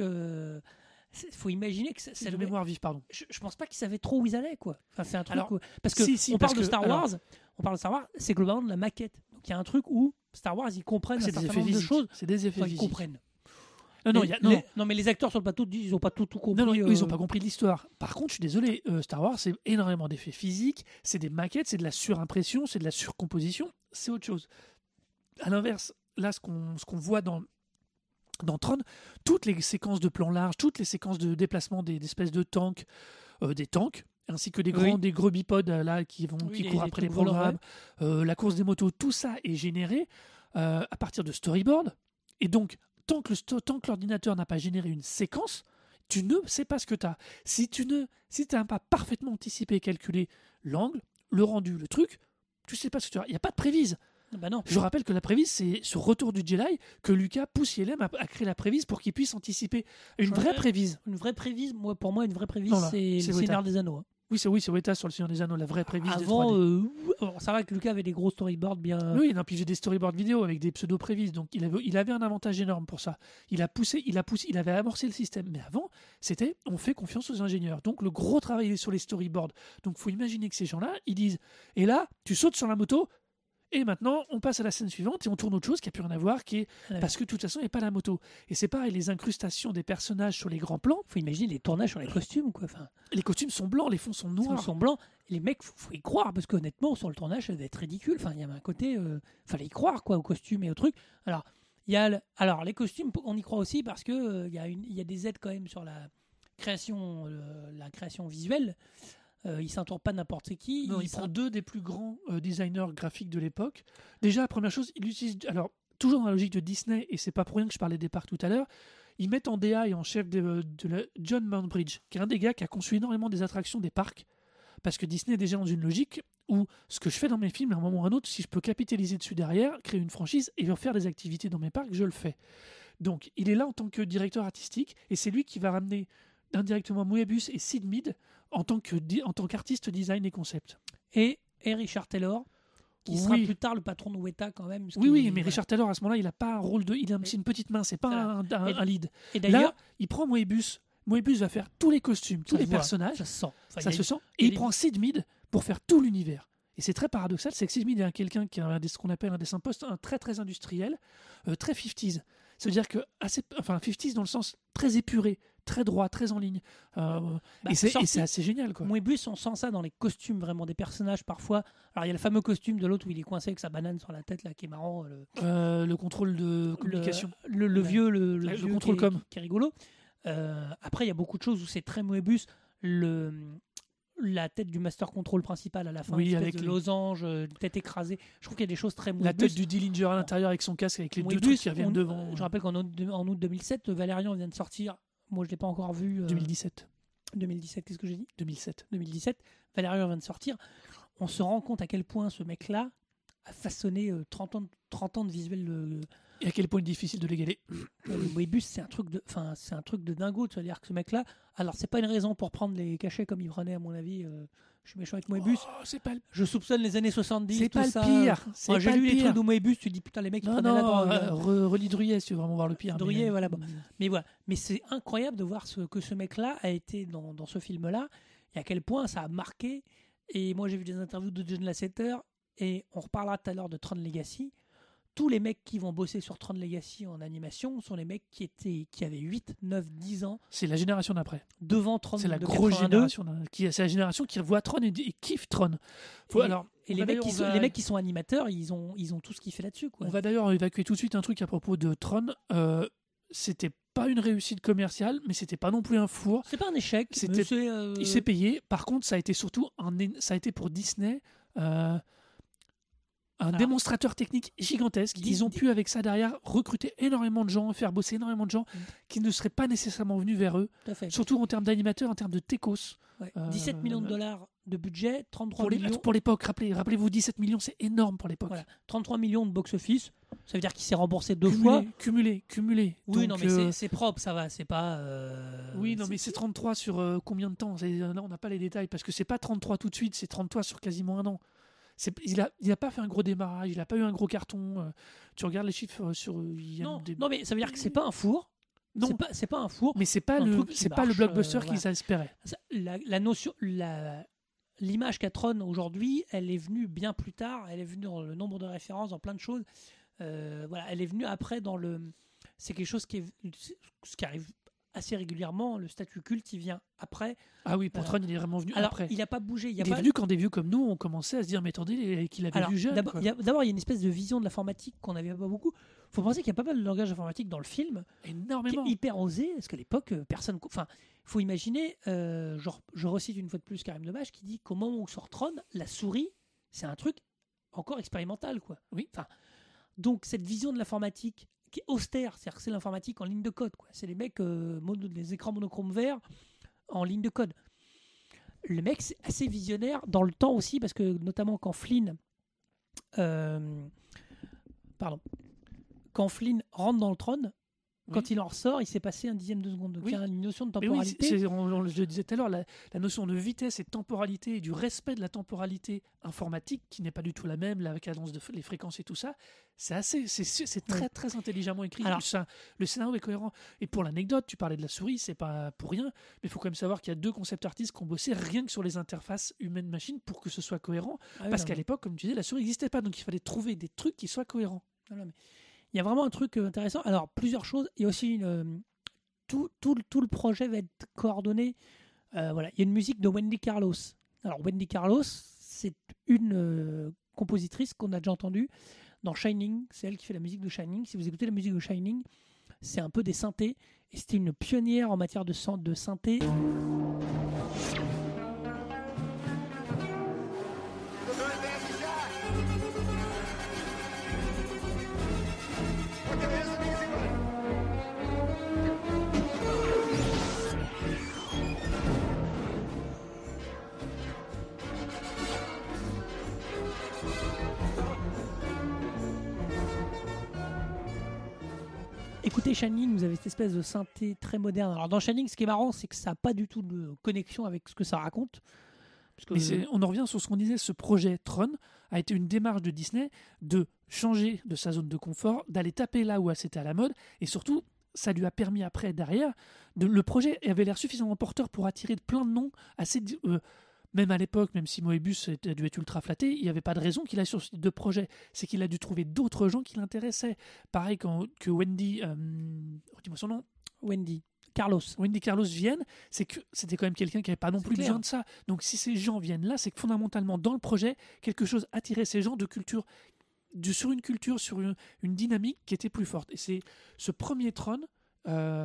Il faut imaginer que ça, ça C'est de devait- mémoire vive, pardon. Je, je pense pas qu'ils savaient trop où ils allaient, quoi. Enfin, c'est un truc. Alors, où- Parce que si, si, on parce parle de que- Star alors- Wars. On parle de Star Wars. C'est globalement de la maquette. Donc il y a un truc où Star Wars ils comprennent C'est un des certain effets nombre de physiques. choses. C'est des effets Enfin, ils physiques. comprennent. Non, non, Les- il y a- non, les- non. non, mais les acteurs sur le plateau, ils ont pas tout, tout compris. Non, non, eux, ils euh, n'ont pas compris l'histoire. Par contre, je suis désolé, euh, Star Wars, c'est énormément d'effets physiques, c'est des maquettes, c'est de la surimpression, c'est de la surcomposition, c'est autre chose. À l'inverse, là, ce qu'on ce qu'on voit dans, dans Tron, toutes les séquences de plans larges, toutes les séquences de déplacement des, des espèces de tanks, euh, des tanks, ainsi que des Oui. grands, des gros bipodes euh, là, qui, vont, Oui, qui les- courent les après les trucs volants, programmes, euh, la course des motos, tout ça est généré euh, à partir de storyboard. Et donc, tant que, le sto- tant que l'ordinateur n'a pas généré une séquence, tu ne sais pas ce que tu as. Si tu ne si n'as pas parfaitement anticipé et calculé l'angle, le rendu, le truc, tu sais pas ce que tu as. Il n'y a pas de prévise. Bah non. Je rappelle que la prévise, c'est sur Retour du Jedi que Lucas pousse Y L M à, à créer la prévise pour qu'il puisse anticiper une Je vraie rappelle- prévise. Une vraie prévise, moi, pour moi, une vraie prévise, Non, là, c'est c'est le Weta. Seigneur des Anneaux. hein. Oui, c'est oui, c'est Weta sur le Seigneur des Anneaux, la vraie prévise des Avant, trois D. euh, alors, c'est vrai que Lucas avait des gros storyboards bien. Oui, non, puis j'ai des storyboards vidéo avec des pseudo-prévises, donc il avait, il avait un avantage énorme pour ça. Il a poussé, il a poussé, il avait amorcé le système. Mais avant, c'était on fait confiance aux ingénieurs. Donc le gros travail est sur les storyboards. Donc faut imaginer que ces gens-là, ils disent et là, tu sautes sur la moto. Et maintenant, on passe à la scène suivante et on tourne autre chose qui n'a plus rien à voir, qui est Ouais. parce que de toute façon, il n'y a pas la moto. Et c'est pareil, les incrustations des personnages sur les grands plans, Faut imaginer les tournages sur les costumes, quoi. Enfin, les costumes sont blancs, les fonds sont ils noirs. sont blancs. Les mecs, faut, faut y croire parce qu'honnêtement, sur le tournage, ça devait être ridicule. Enfin, il y avait un côté, euh, fallait y croire, quoi, aux costumes et aux trucs. Alors, il y a, le- alors les costumes, on y croit aussi parce que euh, il y a une, il y a des aides quand même sur la création, euh, la création visuelle. Euh, il s'entoure pas de n'importe qui. Non, il, s'en- prend deux des plus grands euh, designers graphiques de l'époque. Déjà, la première chose, il utilise. Alors, toujours dans la logique de Disney, et c'est pas pour rien que je parlais des parcs tout à l'heure, ils mettent en D A et en chef de, de la- John Mountbridge, qui est un des gars qui a conçu énormément des attractions des parcs. Parce que Disney est déjà dans une logique où ce que je fais dans mes films, à un moment ou à un autre, si je peux capitaliser dessus derrière, créer une franchise et faire des activités dans mes parcs, je le fais. Donc, il est là en tant que directeur artistique, et c'est lui qui va ramener indirectement Moebius et Sid Mead en tant que di- en tant qu'artiste design et concept. et, et Richard Taylor, qui sera Oui. plus tard le patron de Weta quand même. ce Oui, qui- oui, mais voilà. Richard Taylor, à ce moment-là, il n'a pas un rôle de. Il a un petit- une petite main, c'est pas Voilà. un, un- Et- un lead. Et d'ailleurs, Là, il prend Moebius. Moebius va faire tous les costumes, tous ça les se voit, personnages, ça se sent. Enfin, ça il y a se une- sent, et il les- prend Sid Mead pour faire tout l'univers. Et c'est très paradoxal, c'est que Sid Mead est un- quelqu'un qui a un des- ce qu'on appelle un dessin post, un très très industriel, euh, très fifties. C'est-à-dire que, assez, enfin, fifties dans le sens très épuré, très droit, très en ligne. Euh, Bah, et c'est sorti- et c'est assez génial, quoi. Moebius, on sent ça dans les costumes vraiment des personnages parfois. Alors il y a le fameux costume de l'autre où il est coincé avec sa banane sur la tête là qui est marrant. Le, Euh, le contrôle de communication. Le, le, le Ouais. vieux, le, le Le vieux contrôle qui est, com. qui est rigolo. Euh, après il y a beaucoup de choses où c'est très Moebius. Le la tête du Master Control principal à la fin, Oui, une espèce avec de les- losange, euh, une tête écrasée. Je trouve qu'il y a des choses très La Moebius. tête du Dillinger à l'intérieur avec son casque, avec les deux Moebius, trucs qui reviennent on- devant. Je rappelle qu'en août, en août deux mille sept, Valérian vient de sortir. Moi je l'ai pas encore vu. euh, deux mille dix-sept. deux mille dix-sept, qu'est-ce que j'ai dit deux mille sept. deux mille dix-sept, Valérian vient de sortir. On se rend compte à quel point ce mec-là a façonné euh, trente ans, de- trente ans de visuel. euh, Et à quel point il est difficile de l'égaler. le Moebius, c'est un truc de, enfin, c'est un truc de dingo. C'est-à-dire que ce mec-là, alors c'est pas une raison pour prendre les cachets comme il prenait à mon avis. euh, je suis méchant avec Moebius. Oh, c'est pas le, Je soupçonne les années soixante-dix. c'est tout pas le ça. pire. Moi, C'est j'ai pas lu le les pire. trucs de Moebius. Tu dis putain les mecs ils Non, prenaient la non, drogue. euh, re- relis Druyet si tu veux vraiment voir le pire. Druyet, mais- voilà, bon. Mais voilà, mais c'est incroyable de voir ce, que ce mec-là a été dans, dans ce film-là et à quel point ça a marqué. Et moi, j'ai vu des interviews de John Lasseter et on reparlera tout à l'heure de Tron Legacy. Tous les mecs qui vont bosser sur Tron Legacy en animation sont les mecs qui étaient qui avaient huit, neuf, dix ans C'est la génération d'après. devant Tron C'est la de grosse quatre-vingt-deux. génération. d'un- Qui, c'est la génération qui voit Tron et, et kiffe Tron. Faut- Et, alors, et on les va mecs, d'ailleurs- qui on sont, va- les mecs qui sont animateurs, ils ont, ils ont tout ce qui fait là-dessus. Quoi. On va d'ailleurs évacuer tout de suite un truc à propos de Tron. Euh, c'était pas une réussite commerciale, mais c'était pas non plus un four. C'est pas un échec. C'était- mais c'est, euh, Il s'est payé. Par contre, ça a été surtout un, é- ça a été pour Disney euh, un Alors, démonstrateur technique gigantesque. dis- Ils ont dis- pu avec ça derrière recruter énormément de gens, faire bosser énormément de gens Mm. qui ne seraient pas nécessairement venus vers eux. tout à fait. Surtout en termes d'animateurs, en termes de techos. Ouais. euh, dix-sept millions de dollars de budget, trente-trois Pour les- millions. pour l'époque, rappelez, rappelez-vous, dix-sept millions, c'est énorme pour l'époque. Voilà. trente-trois millions de box-office. Ça veut dire qu'il s'est remboursé deux Cumulé, fois. cumulé, cumulé. Oui, Donc, non, mais euh, c'est- c'est propre, ça va. C'est pas. euh, oui, non, mais c'est trente-trois sur euh, combien de temps? C'est- Là, on n'a pas les détails parce que c'est pas trente-trois tout de suite, c'est trente-trois sur quasiment un an. C'est- Il a, il a pas fait un gros démarrage, il a pas eu un gros carton. euh, tu regardes les chiffres euh, sur. euh, il y a Non, des- non, mais ça veut dire que c'est pas un four. Non. C'est pas, c'est pas un four. mais c'est pas un le, truc qui c'est pas le marche, blockbuster euh, qu'ils voilà. espéraient. Ça, La, la notion, la, l'image qu'a Tron aujourd'hui, elle est venue bien plus tard. Elle est venue dans le nombre de références, dans plein de choses. Euh, voilà, elle est venue après dans le. C'est quelque chose qui est, ce qui arrive assez régulièrement. Le statut culte, il vient après. Ah oui, pour Voilà. Tron, il est vraiment venu Alors, après. il n'a pas bougé. Il, y a Il pas... est venu quand des vieux comme nous ont commencé à se dire mais attendez, les- qu'il avait Alors, vu jeune. d'abord, quoi. il y a, d'abord, il y a une espèce de vision de l'informatique qu'on n'avait pas beaucoup. Il faut penser qu'il y a pas mal de langage informatique dans le film, qui Énormément. est hyper osé, parce qu'à l'époque, euh, personne. Enfin, il faut imaginer, euh, genre, je recite une fois de plus Karim Debache qui dit qu'au moment où sort Tron, la souris, c'est un truc encore expérimental, quoi. Oui. Enfin, donc, cette vision de l'informatique qui est austère, c'est-à-dire que c'est l'informatique en ligne de code, quoi. C'est les mecs, euh, mono- les écrans monochromes verts en ligne de code. Le mec, c'est assez visionnaire dans le temps aussi, parce que notamment quand Flynn euh, pardon, quand Flynn rentre dans le trône, Oui. quand il en ressort, il s'est passé un dixième de seconde. Donc Oui. il y a une notion de Mais oui, temporalité. c'est- c'est- on, on- je le disais tout à l'heure, la, la notion de vitesse et de temporalité et du respect de la temporalité informatique qui n'est pas du tout la même, la cadence de f- les fréquences et tout ça, c'est assez, c'est, c'est c'est très Oui. très intelligemment écrit. Alors- Ça, le scénario est cohérent. Et pour l'anecdote, tu parlais de la souris, c'est pas pour rien, mais il faut quand même savoir qu'il y a deux concept artistes qui ont bossé rien que sur les interfaces humaine-machine pour que ce soit cohérent. Ah oui, parce non, qu'à mais- l'époque, comme tu disais, la souris n'existait pas, donc il fallait trouver des trucs qui soient cohérents. non, non, mais il y a vraiment un truc euh, intéressant. Alors, plusieurs choses. Il y a aussi une, euh, tout, tout, le- tout le projet va être coordonné. Euh, voilà. Il y a une musique de Wendy Carlos. Alors, Wendy Carlos, c'est une euh, compositrice qu'on a déjà entendue dans Shining. C'est elle qui fait la musique de Shining. Si vous écoutez la musique de Shining, c'est un peu des synthés. Et c'était une pionnière en matière de, san- de synthé. Écoutez Shining, vous avez cette espèce de synthé très moderne. Alors dans Shining, ce qui est marrant, c'est que ça n'a pas du tout de connexion avec ce que ça raconte. Parce que Mais c'est- on en revient sur ce qu'on disait, ce projet Tron a été une démarche de Disney de changer de sa zone de confort, d'aller taper là où c'était à la mode, et surtout, ça lui a permis après, derrière, de, le projet avait l'air suffisamment porteur pour attirer plein de noms, assez, di- euh, même à l'époque, même si Moebius a dû être ultra flatté, il n'y avait pas de raison qu'il aille sur ce type de projet. C'est qu'il a dû trouver d'autres gens qui l'intéressaient. Pareil quand, que Wendy, euh, dis-moi son nom, Wendy, Carlos. Wendy Carlos vienne, c'est que c'était quand même quelqu'un qui n'avait pas non C'est plus clair. besoin de ça. Donc si ces gens viennent là, c'est que fondamentalement dans le projet, quelque chose attirait ces gens de culture, du, sur une culture, sur une, une dynamique qui était plus forte. Et c'est ce premier Tron, euh,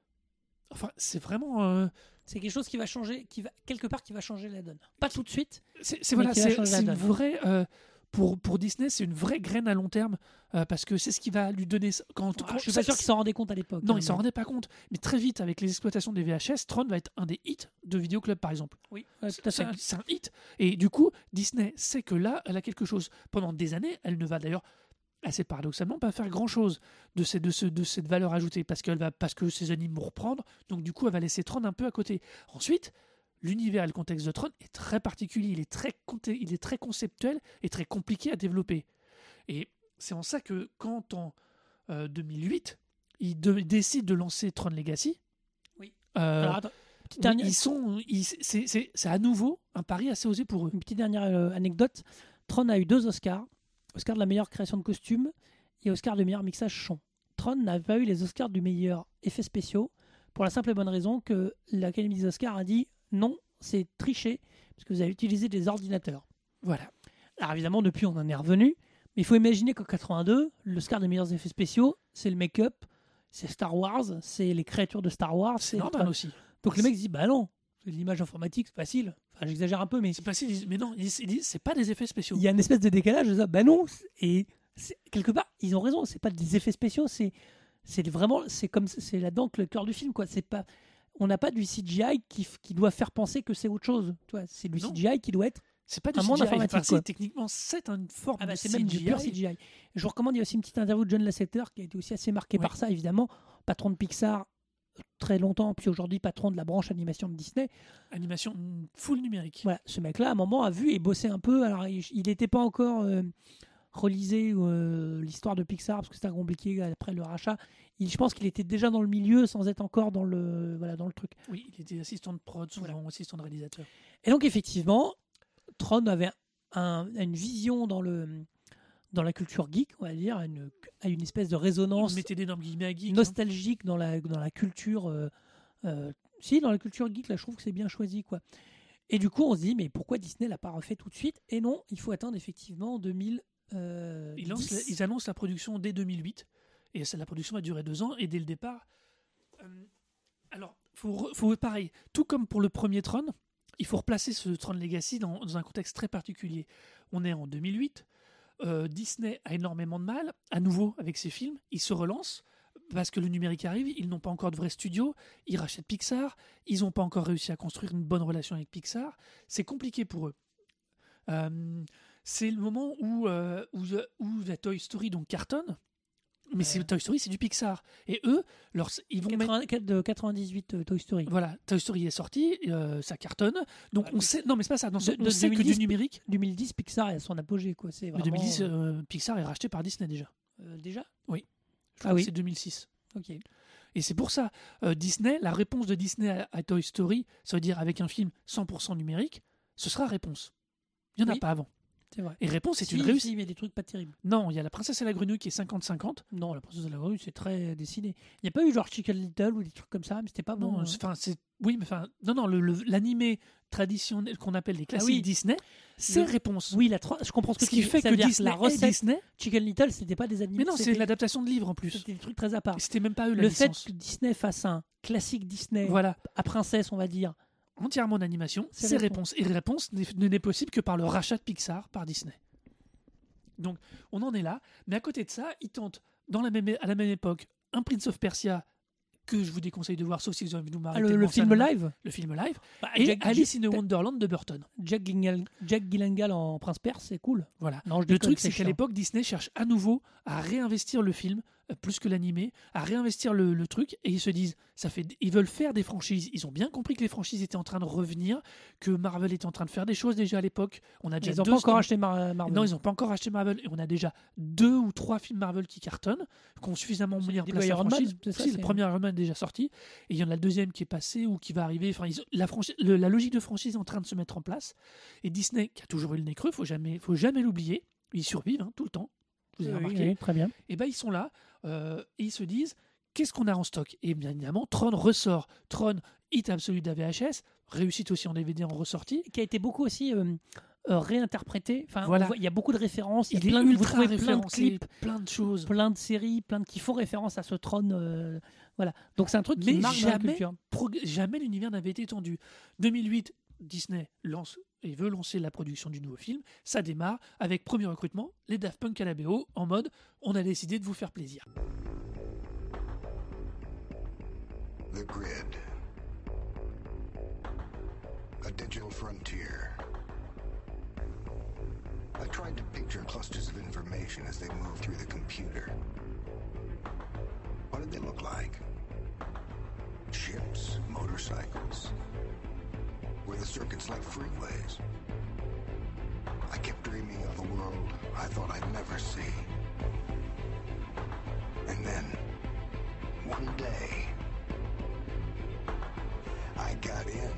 enfin c'est vraiment, euh, C'est quelque chose qui va changer, qui va quelque part qui va changer la donne. Pas tout de suite. c'est c'est- Mais voilà, qui va c'est changer la c'est une donne. vraie euh, pour pour Disney, c'est une vraie graine à long terme euh, parce que c'est ce qui va lui donner quand, Ah, quand- je suis pas ça- sûr qu'ils s'en rendaient compte à l'époque. Non, hein, ils s'en mais- rendaient pas compte. Mais très vite, avec les exploitations des V H S, Tron va être un des hits de Video Club, par exemple. Oui, ouais, tout à C'est fait. un, c'est un hit. Et du coup, Disney sait que là, elle a quelque chose. Pendant des années, elle ne va d'ailleurs, assez paradoxalement, pas faire grand-chose de, ces- de, ce- de cette valeur ajoutée parce, qu'elle va, parce que ses animes vont reprendre. Donc du coup, elle va laisser Tron un peu à côté. Ensuite, l'univers et le contexte de Tron est très particulier. Il est très, conté- il est très conceptuel et très compliqué à développer. Et c'est en ça que quand en euh, deux mille huit, ils de- décident de lancer Tron Legacy, Oui. euh, Alors, attends, petite dernière, ils sont, ils- c'est, c'est- c'est à nouveau un pari assez osé pour eux. une petite dernière euh, anecdote. Tron a eu deux Oscars. Oscar de la meilleure création de costume et Oscar de meilleur mixage son. Tron n'a pas eu les Oscars du meilleur effets spéciaux pour la simple et bonne raison que l'Académie des Oscars a dit non, c'est triché parce que vous avez utilisé des ordinateurs. Voilà. Alors évidemment, depuis, on en est revenu. Mais il faut imaginer qu'en quatre-vingt-deux, l'Oscar des meilleurs effets spéciaux, c'est le make-up, c'est Star Wars, c'est les créatures de Star Wars. C'est normal aussi. Donc les mecs se disent, bah non, c'est de l'image informatique, c'est facile. Enfin, j'exagère un peu, mais C'est pas si, ils disent- mais non, ils, ils disent c'est pas des effets spéciaux. il y a une espèce de décalage de ça. Bah non, et c'est- quelque part, ils ont raison, c'est pas des effets spéciaux, c'est c'est vraiment, c'est comme, c'est là-dedans que le cœur du film, quoi. C'est pas, on n'a pas du C G I qui, f- qui doit faire penser que c'est autre chose. Tu vois, c'est du Non. C G I qui doit être. C'est pas du un monde C G I. informatique, Enfin, c'est- quoi. techniquement, c'est une forme Ah bah, de c'est même du C G I. pur C G I. Je vous recommande, il y a aussi une petite interview de John Lasseter qui a été aussi assez marqué Ouais. par ça, évidemment. Patron de Pixar très longtemps, puis aujourd'hui patron de la branche animation de Disney. Animation mm, full numérique. Voilà, ce mec-là, à un moment, a vu et bossé un peu. Alors, il n'était pas encore euh, relisé euh, l'histoire de Pixar parce que c'était compliqué après le rachat. Il, je pense qu'il était déjà dans le milieu sans être encore dans le, voilà, dans le truc. Oui, il était assistant de prod, souvent Voilà. assistant de réalisateur. Et donc, effectivement, Tron avait un- une vision dans, le, dans la culture geek, on va dire, à une, à une espèce de résonance Vous mettez d'énormes guillemets à geek. hein. nostalgique dans la, dans la culture. euh, euh, si, dans la culture geek, là, je trouve que c'est bien choisi, quoi. Et du coup, on se dit, mais pourquoi Disney l'a pas refait tout de suite? Et non, il faut attendre effectivement deux mille. Euh, Ils, lancent dix. la- ils annoncent la production dès deux mille huit. Et ça, la production a duré deux ans. Et dès le départ. euh, alors, faut, re- faut pareil. Tout comme pour le premier Tron, il faut replacer ce Tron Legacy dans, dans un contexte très particulier. On est en deux mille huit. euh, Disney a énormément de mal, à nouveau avec ses films. Ils se relancent parce que le numérique arrive. Ils n'ont pas encore de vrai studio. Ils rachètent Pixar. Ils n'ont pas encore réussi à construire une bonne relation avec Pixar. C'est compliqué pour eux. Euh, c'est le moment où, euh, où, où la Toy Story donc cartonne. Mais c'est, Toy Story, c'est du Pixar. Et eux, leur, ils vont quatre-vingts, mettre... de quatre-vingt-dix-huit euh, Toy Story. Voilà, Toy Story est sorti, euh, ça cartonne. Donc Ah, on sait... Non, mais c'est pas ça. Non, de, on de sait deux mille dix, que du numérique... deux mille dix, Pixar est à son apogée. Quoi. C'est vraiment, deux mille dix, euh, euh, Pixar est racheté par Disney déjà. euh, déjà Oui. Je crois Ah que oui. c'est deux mille six. Ok. Et c'est pour ça, euh, Disney, la réponse de Disney à, à Toy Story, ça veut dire avec un film cent pour cent numérique, ce sera réponse. Il n'y en a Oui. pas avant. C'est vrai. Et réponse, c'est Si, une réussite. si, mais il y a des trucs pas terribles. Non, il y a La Princesse et la Grenouille qui est cinquante cinquante. Non, La Princesse et la Grenouille, c'est très dessiné. Il n'y a pas eu genre Chicken Little ou des trucs comme ça, mais c'était pas bon. Non, hein. c'est- enfin, c'est oui, mais enfin, non, non, le, le- l'animé traditionnel qu'on appelle les classiques oui. Disney, c'est Le- réponse. Oui, la tro- je comprends ce que Ce tu qui dis. fait Ça que veut dire Disney la est recette Disney. Chicken Little, c'était pas des animés. Mais non, c'est c'était- l'adaptation de livre en plus. C'était des trucs très à part. Et c'était même pas eux la Le fait licence. que Disney fasse un classique Disney Voilà, à princesse, on va dire. entièrement en animation, C'est c'est réponse. réponse. Et réponse n'est- ne n'est possible que par le rachat de Pixar par Disney. Donc, on en est là. Mais à côté de ça, ils tentent, dans la même, à la même époque, un Prince of Persia que je vous déconseille de voir, sauf si vous avez envie de nous Ah, marrer. le, tellement le ça film nous- live Le film live. Bah, Et Jack, Alice in Jack- Wonderland de Burton. Jack, Gyllenhaal- Jack Gyllenhaal en Prince Perse, c'est cool. Voilà. Non, je Le déconne, truc, c'est qu'à chiant. l'époque, Disney cherche à nouveau à réinvestir le film, euh, plus que l'animé, à réinvestir le, le truc, et ils se disent, ça fait, ils veulent faire des franchises. Ils ont bien compris que les franchises étaient en train de revenir, que Marvel était en train de faire des choses déjà à l'époque. On a déjà Ils n'ont deux pas encore Star- acheté Mar- Marvel. Non, ils n'ont pas encore acheté Marvel, et on a déjà deux ou trois films Marvel qui cartonnent, qui ont suffisamment mis en début place la Iron Man, franchise. c'est ça, Si, c'est- le premier Iron Man est déjà sorti, et il y en a le deuxième qui est passé ou qui va arriver. Enfin, ils- la, franchi- le- la logique de franchise est en train de se mettre en place. Et Disney, qui a toujours eu le nez creux, faut jamais, faut jamais l'oublier. Ils survivent hein, tout le temps. Vous avez Oui, remarqué. oui, très bien. Et ben ils sont là euh, et ils se disent qu'est-ce qu'on a en stock. Et bien évidemment, Tron ressort. Tron, hit absolu de la V H S, réussite aussi en D V D en ressortie. Qui a été beaucoup aussi euh, euh, réinterprété. Enfin, Voilà. on voit- il y a beaucoup de références. Il y Il a est plein, de- vous ultra trouvez plein de référencé, clips, plein de choses. plein de séries, plein de qui font référence à ce trône. euh, voilà. Donc c'est un truc qui Mais marque dans la jamais, culture. prog- jamais l'univers n'avait été étendu. deux mille huit, Disney lance et veut lancer la production du nouveau film. Ça démarre avec premier recrutement, les Daft Punk à la B O, en mode on a décidé de vous faire plaisir. The grid. A digital frontier. I tried to picture clusters of information as they move through the computer. What did they look like? Ships, motorcycles. Were the circuits like freeways? I kept dreaming of a world I thought I'd never see. And then, one day, I got in.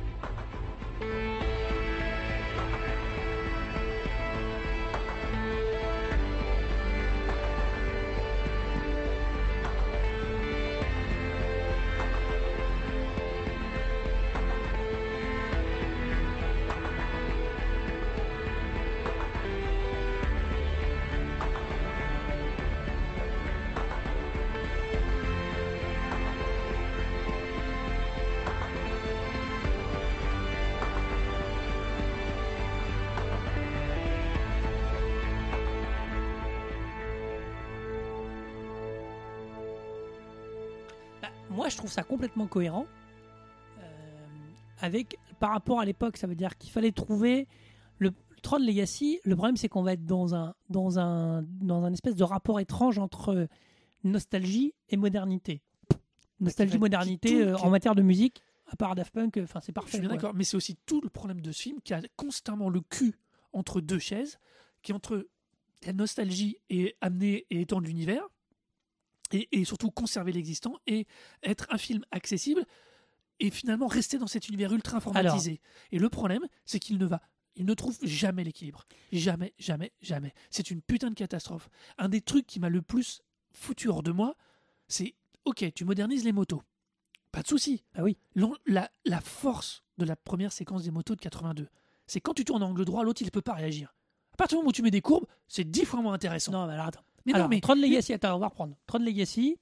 Bah, moi, je trouve ça complètement cohérent. Euh, avec, par rapport à l'époque, ça veut dire qu'il fallait trouver le, le Tron Legacy. Le problème, c'est qu'on va être dans un, dans, un, dans un espèce de rapport étrange entre nostalgie et modernité. Nostalgie, Qui va- modernité qui- euh, qui- en matière de musique, à part Daft Punk, enfin c'est Je parfait. suis bien quoi. d'accord, mais c'est aussi tout le problème de ce film qui a constamment le cul entre deux chaises, qui est entre la nostalgie et amener et étendre l'univers, et, et surtout conserver l'existant, et être un film accessible, et finalement rester dans cet univers ultra informatisé. Et le problème, c'est qu'il ne va, il ne trouve jamais l'équilibre. Jamais, jamais, jamais. C'est une putain de catastrophe. Un des trucs qui m'a le plus foutu hors de moi, c'est, ok, tu modernises les motos. Pas de souci. Ah oui. L'en- La, la force de la première séquence des motos de quatre-vingt-deux, c'est quand tu tournes en angle droit, l'autre il ne peut pas réagir. À partir du moment où tu mets des courbes, c'est dix fois moins intéressant. Non, mais alors attends. mais alors, non, mais Tron Legacy, attends, on va reprendre. Tron Legacy,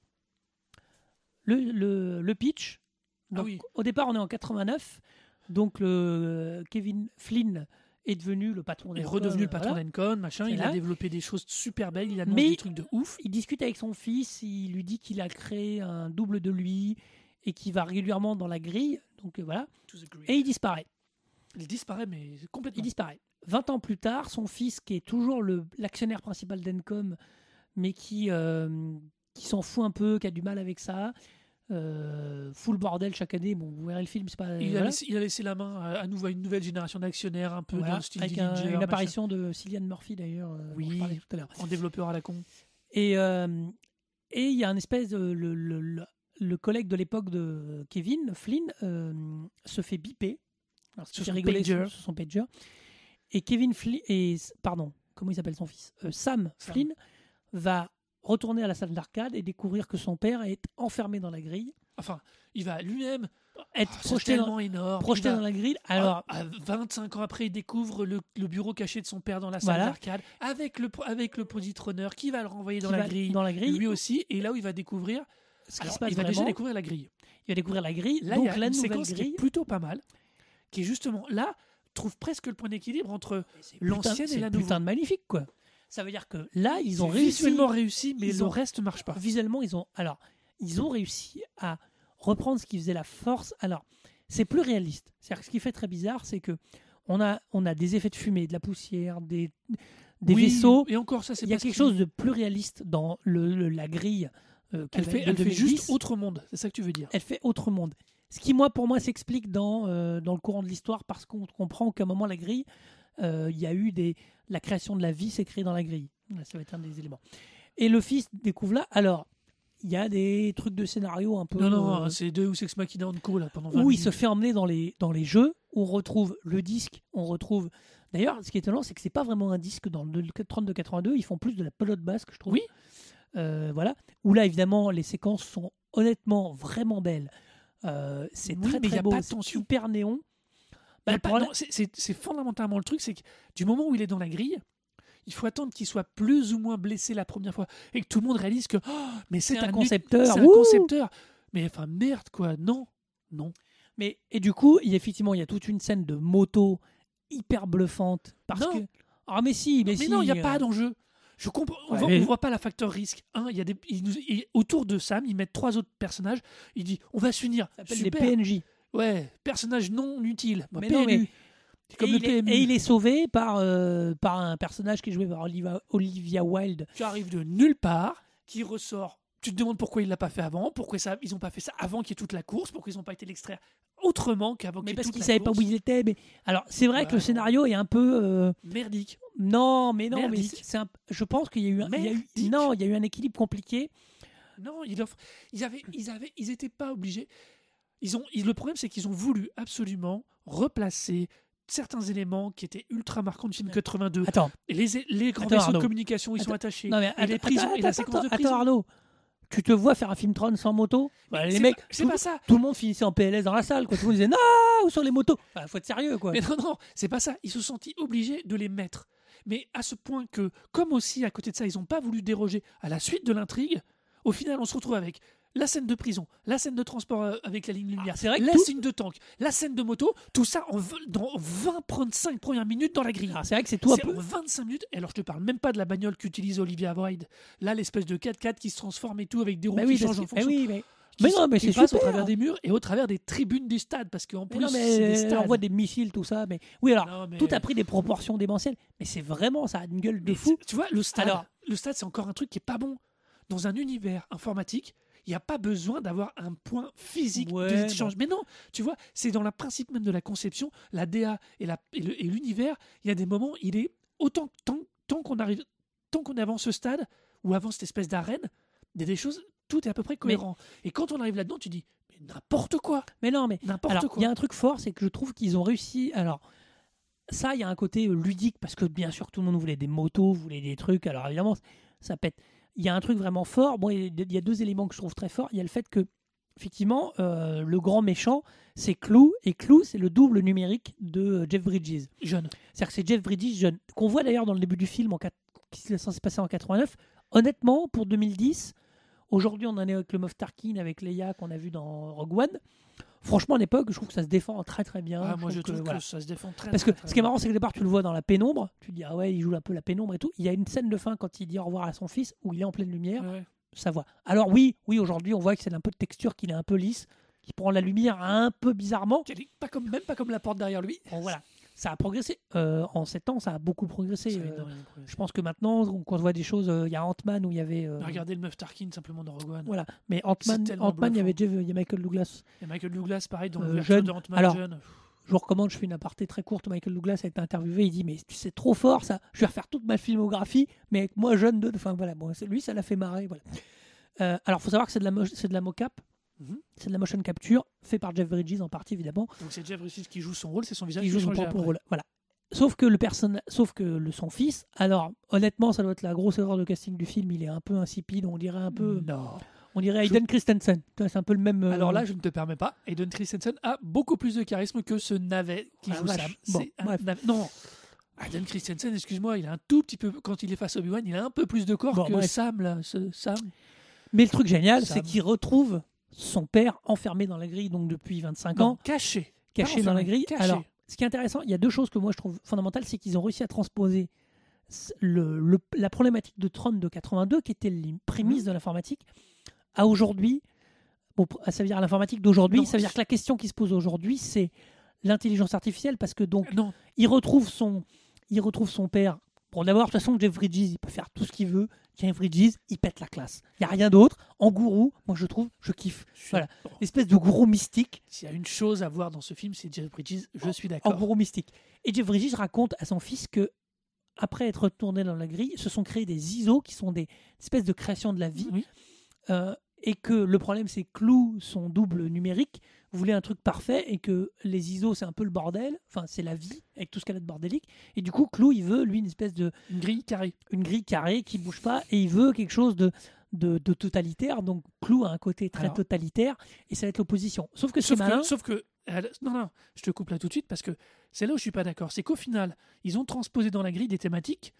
le, le, le pitch. Donc, Ah oui. Au départ, on est en quatre-vingt-neuf. Donc, le Kevin Flynn est devenu le patron il est d'Encon, redevenu le patron voilà. d'Encon, machin. C'est Il là. a développé des choses super belles. Il a Mais- des trucs de ouf. Il discute avec son fils, il lui dit qu'il a créé un double de lui et qu'il va régulièrement dans la grille. Donc euh, voilà. Et il disparaît. Il disparaît, mais complètement. Il disparaît. vingt ans plus tard, son fils, qui est toujours le, l'actionnaire principal d'Encom, mais qui, euh, qui s'en fout un peu, qui a du mal avec ça, euh, full bordel chaque année. Bon, vous verrez le film, c'est pas. Il, voilà. a laissé, il a laissé la main à, à nouveau à une nouvelle génération d'actionnaires, un peu Voilà, dans le style avec Dillinger, un- une machin. apparition de Cillian Murphy d'ailleurs, euh, Oui. dont je parlais tout à l'heure. En développeur à la con. Et euh, et il y a un espèce de le, le, le, le collègue de l'époque de Kevin Flynn euh, se fait biper. Alors, ce qui Sur fait son rigoler pager. sur, sur son pager. Et Kevin Flynn et pardon, comment il s'appelle son fils Euh, Sam, Sam. Flynn va retourner à la salle d'arcade et découvrir que son père est enfermé dans la grille, Enfin, il va lui-même être Ah, c'est projeté, dans, tellement énorme. projeté Il va- dans la grille. Alors, à vingt-cinq ans après, il découvre le, le bureau caché de son père dans la salle Voilà. d'arcade avec le, avec le positrunner qui va le renvoyer dans qui la va grille. dans la grille, Lui aussi, et là où il va découvrir, ce qui alors, se passe il va déjà vraiment, découvrir la grille. il va découvrir la grille. Là, donc il y a la une nouvelle séquence qui grille est plutôt pas mal, qui est justement là, trouve presque le point d'équilibre entre c'est l'ancienne putain- et c'est la nouvelle. putain de magnifique quoi. Ça veut dire que là ils ont C'est réussi visuellement réussi, mais ils le ont- reste marche pas. visuellement ils ont alors ils ont réussi à reprendre ce qui faisait la force. Alors c'est plus réaliste. C'est-à-dire que ce qui fait très bizarre, c'est que on a on a des effets de fumée, de la poussière, des des Oui, vaisseaux. Et encore, ça, c'est Il y a parce quelque qu'il- chose de plus réaliste dans le, le- la grille. euh, qui Elle va fait, être de elle fait deux mille dix. juste autre monde. C'est ça que tu veux dire. Elle fait autre monde. Ce qui, moi, pour moi, s'explique dans, euh, dans le courant de l'histoire parce qu'on comprend qu'à un moment, la grille, euh, il y a eu des. La création de la vie s'est créée dans la grille. Là, ça va être un des éléments. Et le fils découvre là. Alors, il y a des trucs de scénario un peu. Non, non, euh, c'est deux ou Sex Machina en co, là, pendant vingt où il minutes. se fait emmener dans les, dans les jeux. On retrouve le disque, on retrouve. D'ailleurs, ce qui est étonnant, c'est que c'est pas vraiment un disque dans le trente-deux quatre-vingt-deux. Ils font plus de la pelote basque, je trouve. Oui. Euh, voilà. Où là, évidemment, les séquences sont honnêtement vraiment belles. Euh, c'est Oui, très mais il y très a beau, pas de c'est tension. hyper néon. Il y Bah, a le pas- problème- non, c'est- c'est c'est fondamentalement le truc, c'est que du moment où il est dans la grille, il faut attendre qu'il soit plus ou moins blessé la première fois et que tout le monde réalise que oh, mais c'est C'est un un concepteur. C'est un Wouh. concepteur. Mais enfin merde quoi, non, non. Mais et du coup, il y a, effectivement, il y a toute une scène de moto hyper bluffante parce Non. que ah mais si, mais, Mais si, non, il n'y a euh, pas d'enjeu. Je comprends. On Ouais, voit, mais- on voit pas la facteur risque. Un, il y a des, ils nous- ils- autour de Sam, ils mettent trois autres personnages. Il dit, on va s'unir. ça s'appelle des Super. P N J. Ouais, personnage non utile. Bah, Mais P N U. non, mais- C'est comme et, le il est, P M U. et il est sauvé par euh, par un personnage qui est joué par Olivia, Olivia Wilde. Tu arrives de nulle part, qui ressort. Tu te demandes pourquoi il l'a pas fait avant, pourquoi ça, ils ont pas fait ça avant qu'il y ait toute la course, pourquoi ils n'ont pas été l'extraire autrement qu'avant qu'il Mais y ait parce toute qu'ils la savaient pas course. où ils étaient. Mais alors c'est vrai Bah, que le non. scénario est un peu euh, Merdique. non, mais non, mais Merdique. c'est c'est un- je pense qu'il y a eu, un, il y a eu Merdique. non, il y a eu un équilibre compliqué. Non, ils offrent. Ils avaient, ils avaient, ils étaient pas obligés. Ils ont, ils- le problème, c'est qu'ils ont voulu absolument replacer certains éléments qui étaient ultra marquants du film quatre-vingt-deux. Attends, Et les, les grands Attends, vaisseaux de Arnaud. communication, ils sont Attends. attachés. non mais et les attends, prisons, attends, et la attends, séquence de attends, prison. Arnaud, tu te vois faire un film Tron sans moto Bah, Les C'est mecs, pas- c'est tout, pas ça. tout le monde finissait en P L S dans la salle. Quoi. Tout le monde disait non sur les motos. Enfin, faut être sérieux quoi. Mais non, non, c'est pas ça. Ils se sont sentis obligés de les mettre. Mais à ce point que, comme aussi à côté de ça, ils n'ont pas voulu déroger à la suite de l'intrigue, au final, on se retrouve avec la scène de prison, la scène de transport euh, avec la ligne lumière, Ah, c'est vrai que la tout- scène de tank, la scène de moto, tout ça en v- dans vingt trente-cinq premières minutes dans la grille. Alors, c'est vrai que c'est tout un C'est peu. en vingt-cinq minutes. Et alors, je te parle même pas de la bagnole qu'utilise Olivia Wilde. Là, l'espèce de quatre quatre qui se transforme et tout avec des roues Bah qui oui, changent parce en que- eh fonction. oui, mais qui mais s- non, mais qui c'est passe au super. travers des murs et au travers des tribunes du stade parce qu'en Mais plus non, c'est des mais stades. on voit des missiles, tout ça. Mais oui, alors Non, mais- tout a pris des proportions démentielles. Mais c'est vraiment, ça a une gueule de Mais fou. c'est- Tu vois, le stade, Alors- le stade, c'est encore un truc qui est pas bon. Dans un univers informatique, il n'y a pas besoin d'avoir un point physique Ouais, d'échange. Mais non, tu vois, c'est dans le principe même de la conception, la D A et, la, et, le- et l'univers, il y a des moments, il est autant tant, tant qu'on arrive, tant qu'on est avant ce stade ou avant cette espèce d'arène, il y a des choses, tout est à peu près cohérent. Et quand on arrive là-dedans, tu dis, mais n'importe quoi, Mais non, mais n'importe alors il quoi. y a un truc fort, c'est que je trouve qu'ils ont réussi. Alors ça, il y a un côté euh, ludique parce que bien sûr tout le monde voulait des motos, voulait des trucs. Alors évidemment, ça pète. Il y a un truc vraiment fort. Bon, il y a- il y a deux éléments que je trouve très forts. Il y a le fait que effectivement, euh, le grand méchant, c'est Clou, et Clou, c'est le double numérique de euh, Jeff Bridges. Jeune. C'est-à-dire que c'est Jeff Bridges jeune, qu'on voit d'ailleurs dans le début du film, en quatre- qui est censé passer en quatre-vingt-neuf. Honnêtement, pour deux mille dix, aujourd'hui on en est avec le Moff Tarkin, avec Leia qu'on a vu dans Rogue One. Franchement, à l'époque, je trouve que ça se défend très très bien. Ah, moi, je trouve que, trouve que voilà. ça se défend très Parce que très, très ce qui est bien. marrant, c'est que au départ, tu le vois dans la pénombre. Tu te dis, ah ouais, il joue un peu la pénombre et tout. Il y a une scène de fin quand il dit au revoir à son fils, où il est en pleine lumière. Ouais, ouais. Ça voit. Alors oui, oui, aujourd'hui, on voit que c'est un peu de texture, qu'il est un peu lisse, qu'il prend la lumière un peu bizarrement. Qu'elle est pas comme, même pas comme la porte derrière lui. Bon, voilà. Ça a progressé. Euh, en sept ans, ça a beaucoup progressé. Ça a Euh, énormément progressé. je pense que maintenant, on- quand on voit des choses, euh, il y a Ant-Man où il y avait. euh, Regardez le meuf Tarkin simplement dans Rogue One. Voilà. Mais Ant-Man, C'est tellement Ant-Man, il y avait bluffant. Jeff- il y a Michael Douglas. Et Michael Douglas, pareil, dans Euh, l'ouverture jeune. de Ant-Man Alors, jeune. Je vous recommande, je fais une aparté très courte. Michael Douglas a été interviewé. Il dit mais tu sais trop fort ça. Je vais refaire toute ma filmographie, mais avec moi jeune de. Enfin voilà. Bon, c'est- lui, ça l'a fait marrer. Voilà. Euh, alors, faut savoir que c'est de la mo- c'est de la mocap. Mhm. C'est de la motion capture, fait par Jeff Bridges en partie évidemment. Donc c'est Jeff Bridges qui joue son rôle, c'est son visage Qui qui joue son change propre après. rôle. Voilà. Sauf que le personnage, sauf que le son fils. Alors honnêtement, ça doit être la grosse erreur de casting du film. Il est un peu insipide. On dirait un peu. Non. On dirait Hayden Christensen. Tu vois, c'est un peu le même. euh, Alors là, je ne te permets pas. Hayden Christensen a beaucoup plus de charisme que ce navet qui Ah, joue vache. Sam. Bon, C'est un bref. navet. Non. Hayden Christensen, excuse-moi, il a un tout petit peu, quand il est face à Obi-Wan, il a un peu plus de corps Bon, que bref. Sam, là. Ce Sam. Mais le truc génial, Sam. c'est qu'il retrouve son père enfermé dans la grille donc depuis vingt-cinq Non, ans, caché. caché Pas dans la enfermé, grille. caché. Alors, ce qui est intéressant, il y a deux choses que moi je trouve fondamentales, c'est qu'ils ont réussi à transposer le, le- la problématique de Tron de quatre-vingt-deux, qui était les prémices Mhm. de l'informatique, à aujourd'hui. Bon, ça veut dire à l'informatique d'aujourd'hui. Non, Ça veut dire c'est- que la question qui se pose aujourd'hui, c'est l'intelligence artificielle, parce que donc Non, il retrouve son, il retrouve son père. Bon, d'abord, de toute façon, Jeff Bridges, il peut faire tout ce qu'il veut. Jeff Bridges, il pète la classe. Il n'y a rien d'autre. En gourou, moi, je trouve, je kiffe. je suis- Voilà. bon, L'espèce de gourou mystique. s'il y a une chose à voir dans ce film, c'est Jeff Bridges, je suis En d'accord. gourou mystique. Et Jeff Bridges raconte à son fils que, après être retourné dans la grille, se sont créés des I S O qui sont des espèces de créations de la vie. Oui. Euh, et que le problème, c'est que Clou, son double numérique, voulait un truc parfait et que les I S O, c'est un peu le bordel. Enfin, c'est la vie avec tout ce qu'elle a de bordélique. Et du coup, Clou, il veut, lui, une espèce de. Une grille carrée. une grille carrée qui bouge pas et il veut quelque chose de, de, de totalitaire. Donc Clou a un côté très Alors. totalitaire et ça va être l'opposition. Sauf que c'est Sauf malin. que, sauf que elle- non, non, je te coupe là tout de suite parce que c'est là où je suis pas d'accord. C'est qu'au final, ils ont transposé dans la grille des thématiques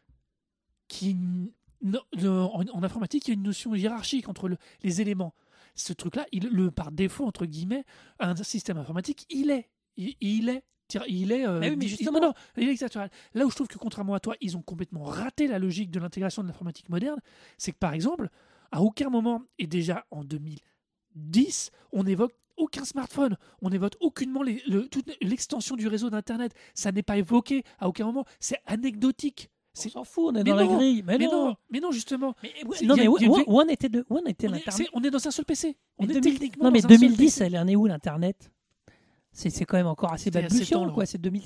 qui, non, le- en, en informatique, il y a une notion hiérarchique entre le- les éléments. Ce truc-là, il, le par défaut entre guillemets, un système informatique, il est, il, il est. Il est. euh, Mais oui, mais il- justement- non, non, il est extraterrestre. Là où je trouve que contrairement à toi, ils ont complètement raté la logique de l'intégration de l'informatique moderne, c'est que par exemple, à aucun moment, et déjà en deux mille dix, on évoque aucun smartphone, on n'évoque aucunement les- le- toute l'extension du réseau d'Internet. Ça n'est pas évoqué à aucun moment. C'est anecdotique. On C'est s'en fout, on est Mais dans la non, grille. Mais, mais non. non, mais non, justement. Mais, C'est- non, il y a- mais où, il y a une où- vraie- où en était, de, où en était On est, l'Internet c'est- on est dans un seul P C. On Mais est deux mille techniquement Non, mais dans un seul deux mille dix, P C. elle en est où l'Internet c'est, c'est quand même encore assez C'était il y a sept balbutiant. ans, là. quoi. C'est deux mille.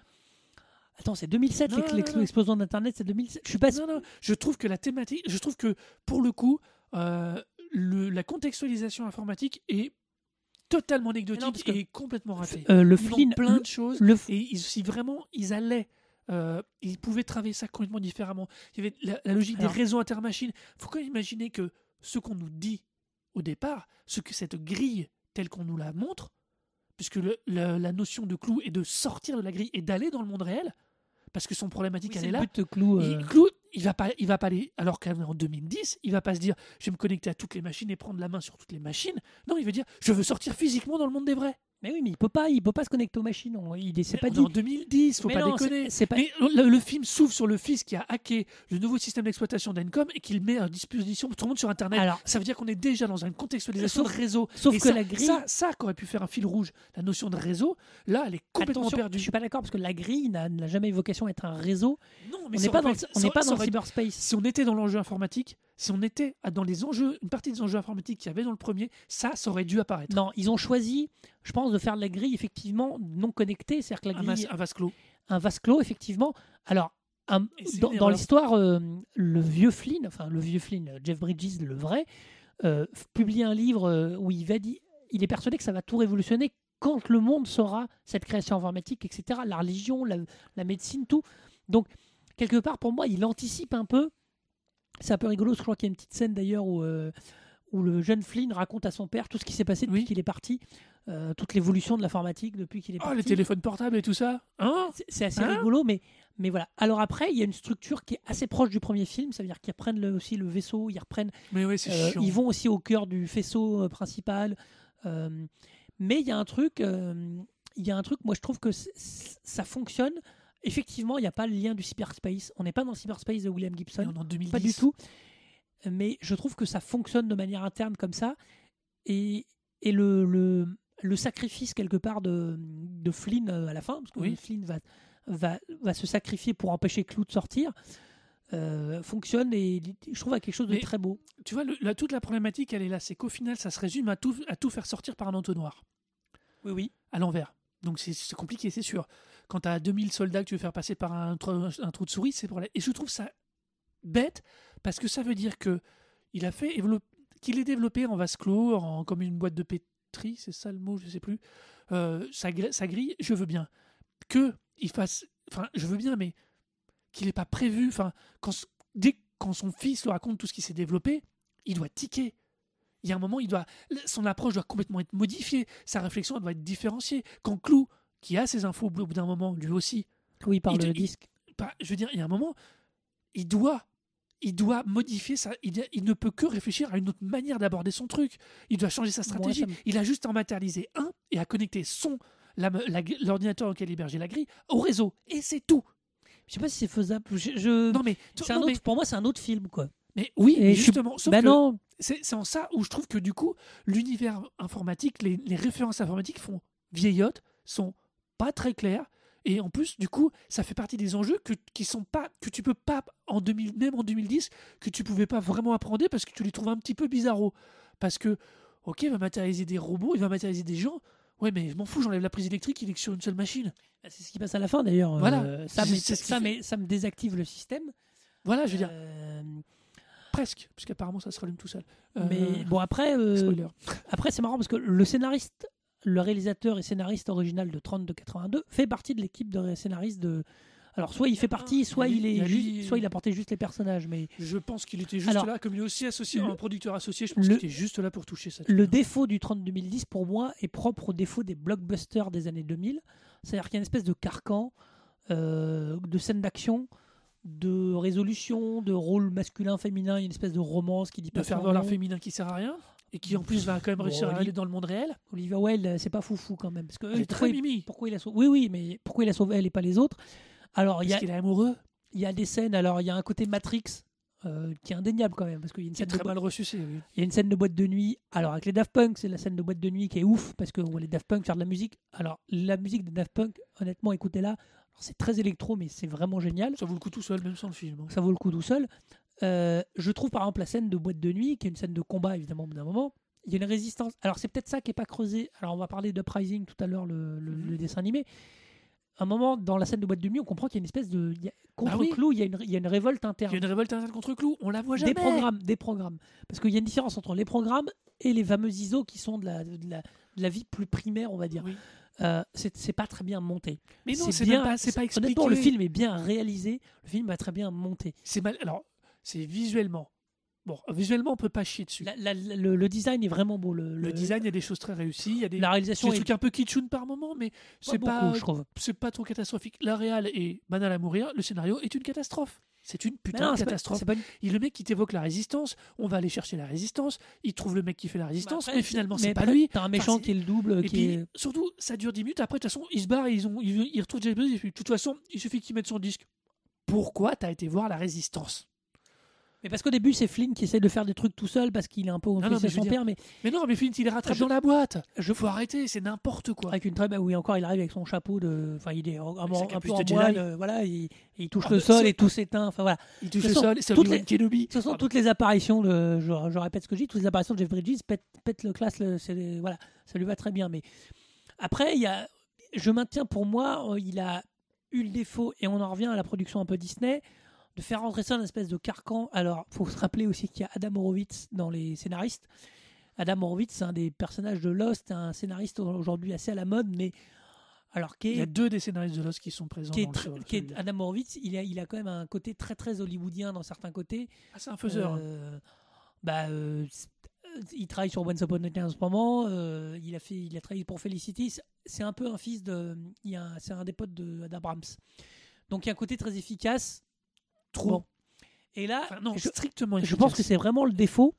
Attends, c'est deux mille sept, Non, l'ex- non, l'ex- non. l'explosion d'Internet, c'est deux mille sept. Je suis pas Non, non, je trouve que la thématique, je trouve que pour le coup, euh, le- la contextualisation informatique est totalement anecdotique parce que- et complètement ratée. Euh, le Il manque Flynn, plein le, de choses. le f- Et ils- si vraiment ils allaient, euh, ils pouvaient travailler ça complètement différemment. Il y avait la, la logique Alors- des réseaux intermachines. Il faut quand même imaginer que ce qu'on nous dit au départ, ce que cette grille telle qu'on nous la montre, puisque le- la, la notion de Clou est de sortir de la grille et d'aller dans le monde réel, parce que son problématique oui, elle c'est est le là. but de Clou. euh, Et Clou, il va pas, il va pas aller. Alors qu'en deux mille dix, il va pas se dire, je vais me connecter à toutes les machines et prendre la main sur toutes les machines. Non, il va dire, je veux sortir physiquement dans le monde des vrais. Mais oui, mais il peut pas, il peut pas se connecter aux machines. On- il s'est Mais pas on dit. est en deux mille dix, faut Mais pas non, déconner. c'est- c'est pas- Mais le, le film s'ouvre sur le fils qui a hacké le nouveau système d'exploitation d'Encom et qu'il met à disposition pour tout le monde sur Internet. Alors- ça veut dire qu'on est déjà dans une contextualisation Sauf- de réseau. sauf Et que ça, la grille- Ça, ça qu'aurait pu faire un fil rouge. La notion de réseau, là, elle est complètement Attention, perdue. je suis pas d'accord parce que la grille n'a, n'a jamais eu vocation à être un réseau. Non, On mais n'est ça pas aurait dans, le- pu- on ça- n'est pas ça dans le aurait- cyberspace. Si on était dans l'enjeu informatique, si on était à- dans les enjeux, une partie des enjeux informatiques qu'il y avait dans le premier, ça, ça aurait dû apparaître. Non, ils ont choisi, je pense, de faire de la grille effectivement non connectée, c'est-à-dire que la un, grille, mas- un vase clos. un vase clos, effectivement. Alors, un- Et c'est dans, une dans erreur. l'histoire, euh, le vieux Flynn, enfin le vieux Flynn, euh, Jeff Bridges, le vrai, euh, f- publie un livre euh, où il va dire, il est persuadé que ça va tout révolutionner quand le monde saura cette création informatique, et cetera. La religion, la, la médecine, tout. Donc, quelque part, pour moi, il anticipe un peu. C'est un peu rigolo, je crois qu'il y a une petite scène d'ailleurs où, euh, où le jeune Flynn raconte à son père tout ce qui s'est passé depuis Oui. qu'il est parti, euh, toute l'évolution de l'informatique depuis qu'il est Oh, parti. les téléphones portables et tout ça. Hein C'est- C'est assez Hein rigolo, mais, mais voilà. Alors après, il y a une structure qui est assez proche du premier film, ça veut dire qu'ils reprennent le- aussi le vaisseau, ils reprennent, Mais ouais, c'est euh, chiant. ils vont aussi au cœur du faisceau euh, principal. euh, mais il y a un truc, euh, il y a un truc, moi je trouve que c- c- ça fonctionne. Effectivement, il n'y a pas le lien du cyberspace. On n'est pas dans le cyberspace de William Et Gibson. on est en deux mille dix. Pas du tout. Mais je trouve que ça fonctionne de manière interne comme ça. Et, et le, le, le sacrifice quelque part de, de Flynn euh, à la fin, parce que Oui. Flynn va, va, va se sacrifier pour empêcher Clou de sortir, euh, fonctionne et je trouve à quelque chose de Mais, très beau. Tu vois, le, la, toute la problématique, elle est là. C'est qu'au final, ça se résume à tout, à tout faire sortir par un entonnoir. Oui, oui. À l'envers. Donc c'est, c'est compliqué, c'est sûr. Quand tu as deux mille soldats que tu veux faire passer par un, un, un trou de souris, c'est pour la... Et je trouve ça bête parce que ça veut dire que il a fait évoluer, qu'il est développé en vase clos, en, comme une boîte de pétri, c'est ça le mot, je sais plus. Euh, sa, sa grille, je veux bien que il fasse, enfin, je veux bien, mais qu'il n'ait pas prévu. Enfin, quand dès quand son fils lui raconte tout ce qui s'est développé, il doit tiquer. Il y a un moment, il doit, son approche doit complètement être modifiée, sa réflexion doit être différenciée. Quand Clou, qui a ses infos au bout d'un moment, lui aussi, Oui, par il, le il, disque. Pas, je veux dire, il y a un moment, il doit, il doit modifier ça. Il, il ne peut que réfléchir à une autre manière d'aborder son truc. Il doit changer sa stratégie. Moi, me... Il a juste à en matérialiser un et à connecter son, la, la, l'ordinateur auquel il hébergeait la grille au réseau. Et c'est tout. Je sais pas si c'est faisable. Je, je... Non mais, c'est non, un autre, mais pour moi, c'est un autre film, quoi. Mais oui, Et mais je justement, suis... sauf bah que non. C'est, c'est en ça où je trouve que du coup, l'univers informatique, les, les références informatiques font vieillottes, sont pas très claires, et en plus, du coup, ça fait partie des enjeux que, qui sont pas, que tu peux pas, en deux mille, même en deux mille dix, que tu pouvais pas vraiment apprendre parce que tu les trouves un petit peu bizarros. Parce que, ok, il va matérialiser des robots, il va matérialiser des gens, ouais, mais je m'en fous, j'enlève la prise électrique, il est sur une seule machine. C'est ce qui passe à la fin d'ailleurs. Voilà. Euh, ça, C'est, mais, c'est ce ça, fait... mais, ça me désactive le système. Voilà, je veux dire. Euh... Presque, parce qu'apparemment ça se rallume tout seul. Euh... Mais bon, après, euh... Spoiler. après c'est marrant parce que le scénariste, le réalisateur et scénariste original de trente-deux quatre-vingt-deux fait partie de l'équipe de scénaristes de. Alors, soit il fait partie, soit il, est, il a, juste, lui... soit il a porté juste les personnages. Mais je pense qu'il était juste Alors, là, comme il est aussi associé, le, un producteur associé, je pense le, qu'il était juste là pour toucher ça. Le défaut du trente deux mille dix, pour moi, est propre au défaut des blockbusters des années deux mille. C'est-à-dire qu'il y a une espèce de carcan, euh, de scène d'action, de résolution, de rôle masculin-féminin, il y a une espèce de romance qui dit pas de faire l'art féminin qui sert à rien et qui en plus va quand même réussir bon, à aller dans le monde réel. Olivia Wilde, c'est pas foufou quand même parce que elle est très mimi. Pourquoi il a sauvé Oui, oui, mais pourquoi il a sauvé elle et pas les autres Alors parce il y a, qu'il est amoureux. Il y a des scènes. Alors il y a un côté Matrix euh, qui est indéniable quand même parce qu'il y a une scène très de mal reçu. C'est, oui. Il y a une scène de boîte de nuit. Alors avec les Daft Punk, c'est la scène de boîte de nuit qui est ouf parce que les Daft Punk faire de la musique. Alors la musique des Daft Punk, honnêtement, écoutez-la. C'est très électro, mais c'est vraiment génial. Ça vaut le coup tout seul, même sans le film. Hein. Ça vaut le coup tout seul. Euh, je trouve par exemple la scène de boîte de nuit, qui est une scène de combat évidemment au bout d'un moment. Il y a une résistance. Alors c'est peut-être ça qui n'est pas creusé. Alors on va parler d'Uprising tout à l'heure, le, le, mm-hmm. le dessin animé. À un moment, dans la scène de boîte de nuit, on comprend qu'il y a une espèce de... Il y a, contre ah oui. Clou, il y, a une, il y a une révolte interne. Il y a une révolte interne contre Clou, on la voit jamais. Des programmes, des programmes. Parce qu'il y a une différence entre les programmes et les fameux I S O qui sont de la, de la, de la vie plus primaire, on va dire. Oui. Euh, c'est, c'est pas très bien monté. Mais non, c'est, c'est bien, pas, c'est pas expliqué. Honnêtement, le film est bien réalisé, le film est très bien monté. C'est mal. Alors, c'est visuellement. Bon, visuellement, on peut pas chier dessus. La, la, la, le, le design est vraiment beau. Le, le, le design, il y a des choses très réussies. Il y a des, la réalisation des est... trucs un peu kitschoun par moment, mais c'est pas, pas, beaucoup, je trouve. c'est pas trop catastrophique. La réal est banale à mourir. Le scénario est une catastrophe. C'est une putain non, de catastrophe. C'est pas, c'est pas une... Et le mec qui t'évoque la résistance, on va aller chercher la résistance. Il trouve le mec qui fait la résistance, bah après, mais finalement mais c'est après, pas lui. T'as un méchant enfin, qui est le double. Et qui puis est... surtout, ça dure dix minutes. Après, de toute façon, ils se barrent et ils, ont, ils, ils retrouvent James Bond. De toute façon, il suffit qu'ils mettent son disque. Pourquoi t'as été voir la résistance? Mais parce qu'au début, c'est Flynn qui essaie de faire des trucs tout seul parce qu'il est un peu au de son dire... père. Mais... mais non, mais Flynn, il les rattrape je... dans la boîte. Je faut arrêter, c'est n'importe quoi. Avec une très belle, oui, encore, il arrive avec son chapeau de, enfin, il est un, un, un peu en de moine, euh, voilà, il, il touche ah, le sol c'est... et tout s'éteint. Enfin voilà. Il touche le sol, c'est Obi-Wan Kenobi. De toute façon, toutes les apparitions de, je, je répète ce que je dis, toutes les apparitions de Jeff Bridges pètent, pètent le classe, le, c'est, voilà, ça lui va très bien. Mais après, il y a, je maintiens pour moi, il a eu le défaut et on en revient à la production un peu Disney. De faire rentrer ça dans une espèce de carcan. Alors, il faut se rappeler aussi qu'il y a Adam Horowitz dans les scénaristes. Adam Horowitz, c'est un des personnages de Lost, un scénariste aujourd'hui assez à la mode, mais alors qui est, il y a deux des scénaristes de Lost qui sont présents. Qui est, dans tr- le qui est Adam Horowitz, il a, il a quand même un côté très très hollywoodien dans certains côtés. Ah, c'est un faiseur. Euh, bah, euh, il travaille sur Once Upon a Time en ce moment. Euh, il a fait, il a travaillé pour Felicity. C'est un peu un fils de, il y a un, c'est un des potes de d'Abrams. Donc il y a un côté très efficace. Trop. Bon. Et là, enfin, non, je, strictement je pense que c'est vraiment le défaut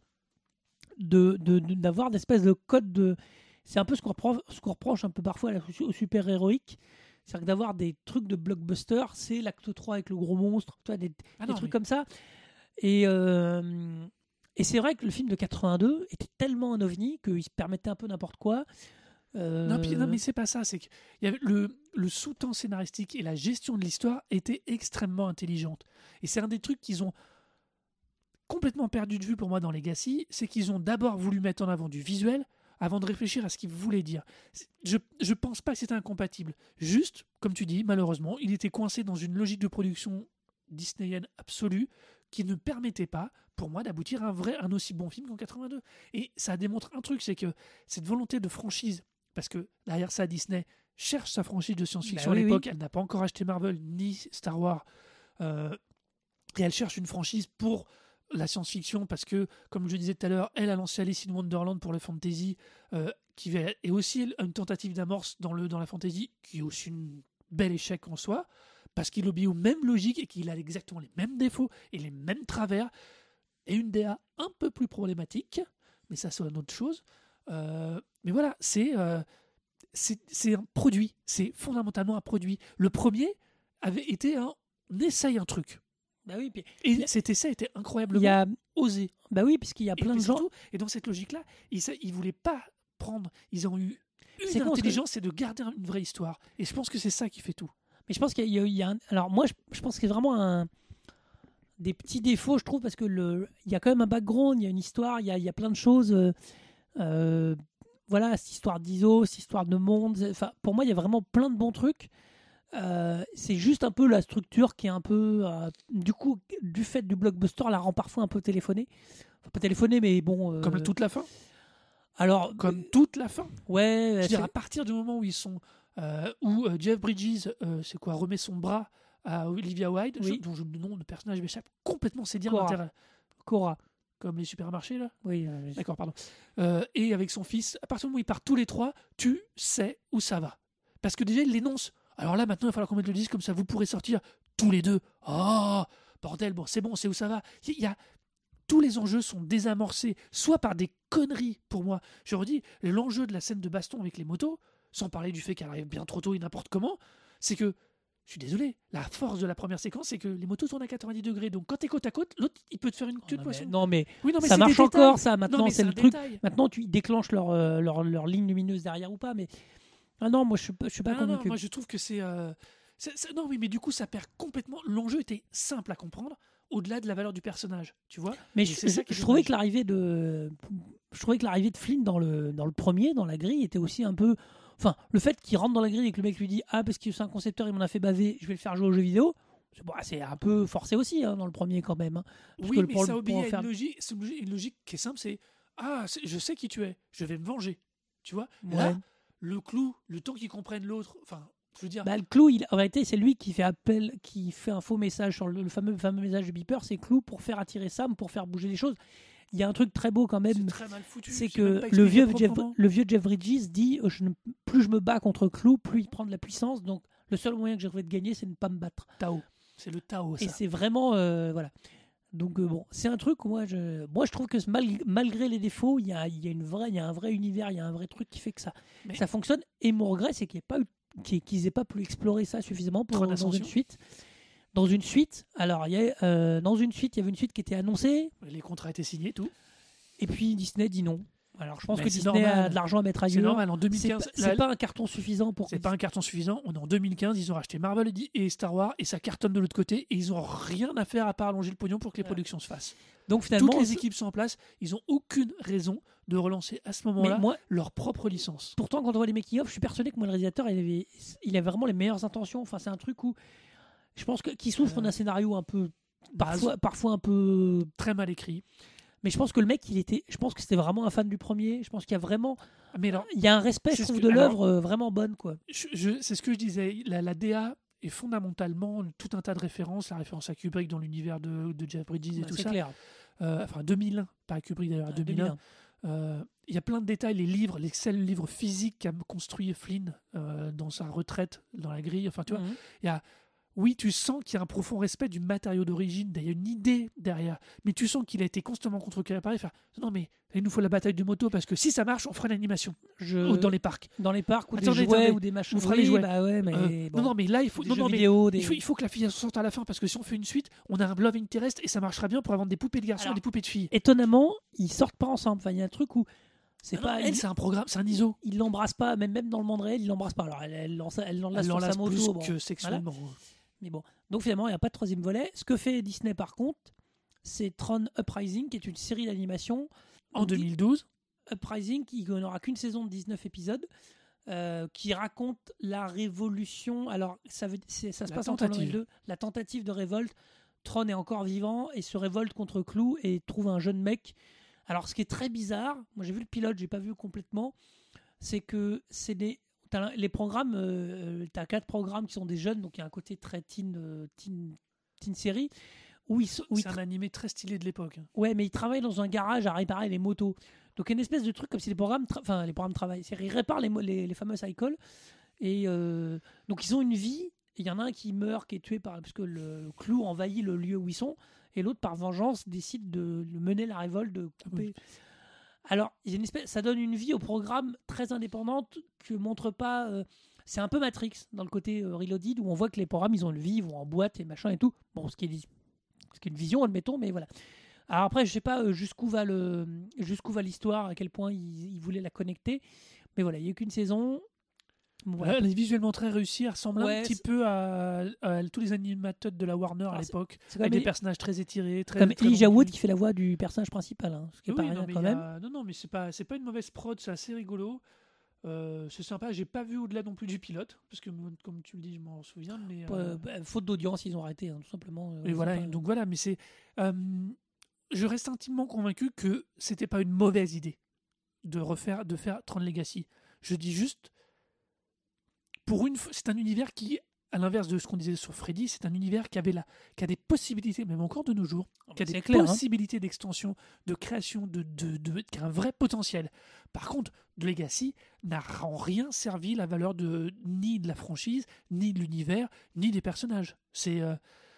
de, de, de, d'avoir des espèces de codes de. C'est un peu ce qu'on reproche, ce qu'on reproche un peu parfois au super-héroïque. C'est-à-dire que d'avoir des trucs de blockbuster, c'est l'acte trois avec le gros monstre, tu vois, des, ah des non, trucs mais... comme ça. Et, euh, et c'est vrai que le film de quatre-vingt-deux était tellement un ovni qu'il se permettait un peu n'importe quoi. Euh, Non, puis- non, mais c'est pas ça. C'est que il y avait le, le sous-temps scénaristique et la gestion de l'histoire était extrêmement intelligente. Et c'est un des trucs qu'ils ont complètement perdu de vue pour moi dans Legacy, c'est qu'ils ont d'abord voulu mettre en avant du visuel avant de réfléchir à ce qu'ils voulaient dire. C'est- Je, je pense pas que c'était incompatible. Juste, comme tu dis, malheureusement, il était coincé dans une logique de production disneyienne absolue qui ne permettait pas, pour moi, d'aboutir à un vrai, un aussi bon film qu'en quatre-vingt-deux. Et ça démontre un truc, c'est que cette volonté de franchise, parce que derrière ça, Disney cherche sa franchise de science-fiction Bah oui, à l'époque, oui. elle n'a pas encore acheté Marvel ni Star Wars, euh, et elle cherche une franchise pour la science-fiction parce que, comme je disais tout à l'heure, elle a lancé Alice in Wonderland pour le fantasy, euh, qui va- est aussi une tentative d'amorce dans, le, dans la fantasy, qui est aussi une bel échec en soi, parce qu'il obéit aux mêmes logiques et qu'il a exactement les mêmes défauts et les mêmes travers, et une D A un peu plus problématique, mais ça c'est une autre chose. Euh, mais voilà, c'est euh, c'est c'est un produit, c'est fondamentalement un produit. Le premier avait été un on essaye un truc. Bah oui, puis Et il y a- cet essai était il incroyablement y a, osé. bah oui, puisqu'il y a Et plein de puis gens. surtout, et dans cette logique-là, ils ne voulaient pas prendre. Ils ont eu C'est une con, parce que- intelligence, c'est de garder une vraie histoire. Et je pense que c'est ça qui fait tout. Mais je pense qu'il y a, il y a un- alors moi je, je pense qu'il y a vraiment un des petits défauts, je trouve, parce que le il y a quand même un background, il y a une histoire, il y a, il y a plein de choses. euh, euh, voilà, cette histoire d'I S O, cette histoire de monde. Enfin, pour moi, il y a vraiment plein de bons trucs. Euh, c'est juste un peu la structure qui est un peu, euh, du coup, du fait du blockbuster, la rend parfois un peu téléphonée. Enfin, pas téléphonée, mais bon. euh, Comme toute la fin. Alors, Comme toute la fin. ouais, Je veux c'est- dire, à partir du moment où ils sont. euh, où euh, Jeff Bridges, euh, c'est quoi, remet son bras à Olivia Wilde, Oui. je- dont je- le nom de personnage m'échappe complètement, c'est dire Cora. l'intérêt. Cora. Comme les supermarchés, là. Oui, euh, D'accord, pardon. Euh, et avec son fils, à partir du moment où ils partent tous les trois, tu sais où ça va. Parce que déjà, il l'énonce. Alors là, maintenant, il va falloir qu'on mette le disque, comme ça, vous pourrez sortir tous les deux. Oh, bordel, bon, c'est bon, on sait où ça va. Il y a... Tous les enjeux sont désamorcés, soit par des conneries, pour moi. Je redis, l'enjeu de la scène de baston avec les motos, sans parler du fait qu'elle arrive bien trop tôt et n'importe comment, c'est que, je suis désolé, la force de la première séquence, c'est que les motos tournent à quatre-vingt-dix degrés. Donc quand t'es côte à côte, l'autre, il peut te faire une queue de non, mais, poisson. non, mais Oui, non, mais ça c'est marche des encore, détails. ça. Non, Maintenant, mais c'est un le truc. détail. Maintenant, tu déclenches leur, euh, leur, leur ligne lumineuse derrière ou pas, mais ah non, moi je suis pas, je suis pas Non, non, convaincu. moi je trouve que c'est, euh, c'est- c'est- non, oui, mais du coup ça perd complètement. L'enjeu était simple à comprendre, au-delà de la valeur du personnage, tu vois. mais et je, c'est ça je- qui est je trouvais dommage. que l'arrivée de, je trouvais que l'arrivée de Flynn dans le dans le premier, dans la grille, était aussi un peu, enfin, le fait qu'il rentre dans la grille et que le mec lui dit ah parce que c'est un concepteur, il m'en a fait baver, je vais le faire jouer aux jeux vidéo. C'est bon, c'est un peu forcé aussi hein, dans le premier quand même. hein. Parce Oui, que le- mais pour- ça pour obéit en à faire- une logique, c'est une logique, une logique qui est simple, c'est ah, c'est- je sais qui tu es, je vais me venger, tu vois. Là, Ouais. le clou, le temps qu'ils comprennent l'autre, enfin, je veux dire, Bah, le Clou, il, en réalité, c'est lui qui fait appel, qui fait un faux message sur le, le fameux, fameux message de Beeper. C'est Clou pour faire attirer Sam, pour faire bouger les choses. Il y a un truc très beau quand c'est même. très mal foutu. C'est même que pas le expliqué vieux, Jeff, proprement. le vieux Jeff Bridges dit euh, je ne- plus je me bats contre Clou, plus il prend de la puissance. Donc le seul moyen que j'ai trouvé de gagner, c'est de ne pas me battre. Tao, c'est le Tao, ça. Et c'est vraiment. euh, voilà. Donc euh, bon, c'est un truc où moi je, moi, je trouve que mal- malgré les défauts, il y a, il y, a une vraie, il y a un vrai univers, il y a un vrai truc qui fait que ça, Mais- ça fonctionne. Et mon regret, c'est qu'il n'y ait pas eu qu'ils qu'ils aient pas pu explorer ça suffisamment pour Point dans une d'ascension. suite. Dans une suite, alors il y a, euh, dans une suite, il y avait une suite qui était annoncée, Les contrats étaient signés, tout. et puis Disney dit non. Alors je pense Mais que c'est Disney a normal. de l'argent à mettre C'est ailleurs. normal, en C'est deux mille quinze, pas, c'est la- pas un carton suffisant pour. c'est que- pas un carton suffisant. On est en deux mille quinze, ils ont racheté Marvel et Di- et Star Wars et ça cartonne de l'autre côté et ils ont rien à faire à part allonger le pognon pour que les Ouais. productions se fassent. Donc finalement, Toutes les c'est- équipes sont en place, ils ont aucune raison de relancer à ce mais moment-là moi, leur propre licence. pourtant, quand on voit les making-of, je suis persuadé que moi, le réalisateur, il avait, il avait vraiment les meilleures intentions. Enfin, c'est un truc où je pense que qui souffre Euh, d'un scénario un peu Base, parfois, parfois un peu. très mal écrit. Mais je pense que le mec, il était. Je pense que c'était vraiment un fan du premier. Je pense qu'il y a vraiment. Mais alors, Il y a un respect, C'est je ce trouve, que- de alors- l'œuvre euh, vraiment bonne, quoi. je, je- c'est ce que je disais, la, la D A est fondamentalement tout un tas de références, la référence à Kubrick dans l'univers de, de Jeff Bridges et Bah, tout c'est ça. clair. Euh, enfin, deux mille un, pas à Kubrick d'ailleurs, à Ah, deux mille un. Euh, Il y a plein de détails, les livres, les seuls livres physiques qu'a construit Flynn euh, dans sa retraite, dans la grille. Enfin, tu vois, Mhm. il y a, oui, tu sens qu'il y a un profond respect du matériau d'origine, il y a une idée derrière, mais tu sens qu'il a été constamment contre-carré par faire non, mais il nous faut la bataille de moto parce que si ça marche, on fera une animation Je... Ou dans les parcs. dans les parcs ou Attendez, des jouets attendez. ou des machins. On fera Oui, les jouets. Bah ouais, mais Euh, bon. Non, non, mais là, il faut, Des non, jeux non, mais vidéo, des- il faut, il faut que la fille sorte à la fin parce que si on fait une suite, on a un love interest et ça marchera bien pour avoir des poupées de garçons Alors, et des poupées de filles. Étonnamment, ils sortent pas ensemble. Enfin, il y a un truc où C'est Ah pas, non, elle, il, c'est un programme, c'est un I S O. il l'embrasse pas, même, même dans le monde réel, il l'embrasse pas. Alors elle, elle, lance, elle l'enlace Elle sur sa l'enlace plus moto. Bon, que sexuellement. mais bon. Donc finalement, il n'y a pas de troisième volet. Ce que fait Disney par contre, c'est Tron Uprising, qui est une série d'animation. En deux mille douze. Uprising, qui n'aura qu'une saison de dix-neuf épisodes, euh, qui raconte la révolution. Alors, ça, veut, c'est, ça se La passe entre tentative. les deux. La tentative de révolte. Tron est encore vivant et se révolte contre Clou et trouve un jeune mec. Alors, ce qui est très bizarre, moi j'ai vu le pilote, j'ai pas vu complètement, c'est que c'est des. T'as les programmes, euh, tu as quatre programmes qui sont des jeunes, donc il y a un côté très teen, euh, teen, teen série. Où ils, où ils C'est un animé très stylé de l'époque. Ouais, mais ils travaillent dans un garage à réparer les motos. Donc, il y a une espèce de truc comme si les programmes, tra- enfin, les programmes travaillent. C'est-à-dire, ils réparent les, mo- les, les fameux cycles. Et euh, donc, ils ont une vie. Il y en a un qui meurt, qui est tué par, parce que le, le clou envahit le lieu où ils sont. Et l'autre, par vengeance, décide de, de mener la révolte, de couper. Oui. Alors, il y a une espèce, ça donne une vie au programme très indépendante que montre pas. euh, c'est un peu Matrix dans le côté euh, Reloaded, où on voit que les programmes, ils ont une vie, ils vont en boîte et machin et tout. Bon, ce qui est, ce qui est une vision, admettons, mais voilà. Alors après, je sais pas euh, jusqu'où va le, jusqu'où va l'histoire, à quel point ils, ils voulaient la connecter, mais voilà, il y a eu qu'une saison. Bon, voilà. Elle est visuellement très réussie, elle ressemble Ouais, un petit c'est- peu à, à tous les animateurs de la Warner à Alors, l'époque, C'est comme, avec des Eli- personnages très étirés, très. comme très Elijah rendus. Wood qui fait la voix du personnage principal, hein, ce qui est Oui, pas non, rien mais quand il y a- même. non, non, mais c'est pas, c'est pas une mauvaise prod, c'est assez rigolo. Euh, c'est sympa. J'ai pas vu au-delà non plus du pilote, parce que comme tu le dis, je m'en souviens. Mais euh, Euh, bah, faute d'audience, ils ont arrêté, hein, tout simplement. euh, et c'est voilà. pas- Donc voilà, mais c'est. euh, je reste intimement convaincu que c'était pas une mauvaise idée de refaire, de faire Tron Legacy. Je dis juste, pour une, fois- c'est un univers qui, à l'inverse de ce qu'on disait sur Freddy, c'est un univers qui avait la, qui a des possibilités, même encore de nos jours, qui a C'est des clair, hein. possibilités d'extension, de création, de, de, de- qui a un vrai potentiel. Par contre, de Legacy n'a en rien servi la valeur de ni de la franchise, ni de l'univers, ni des personnages. C'est euh,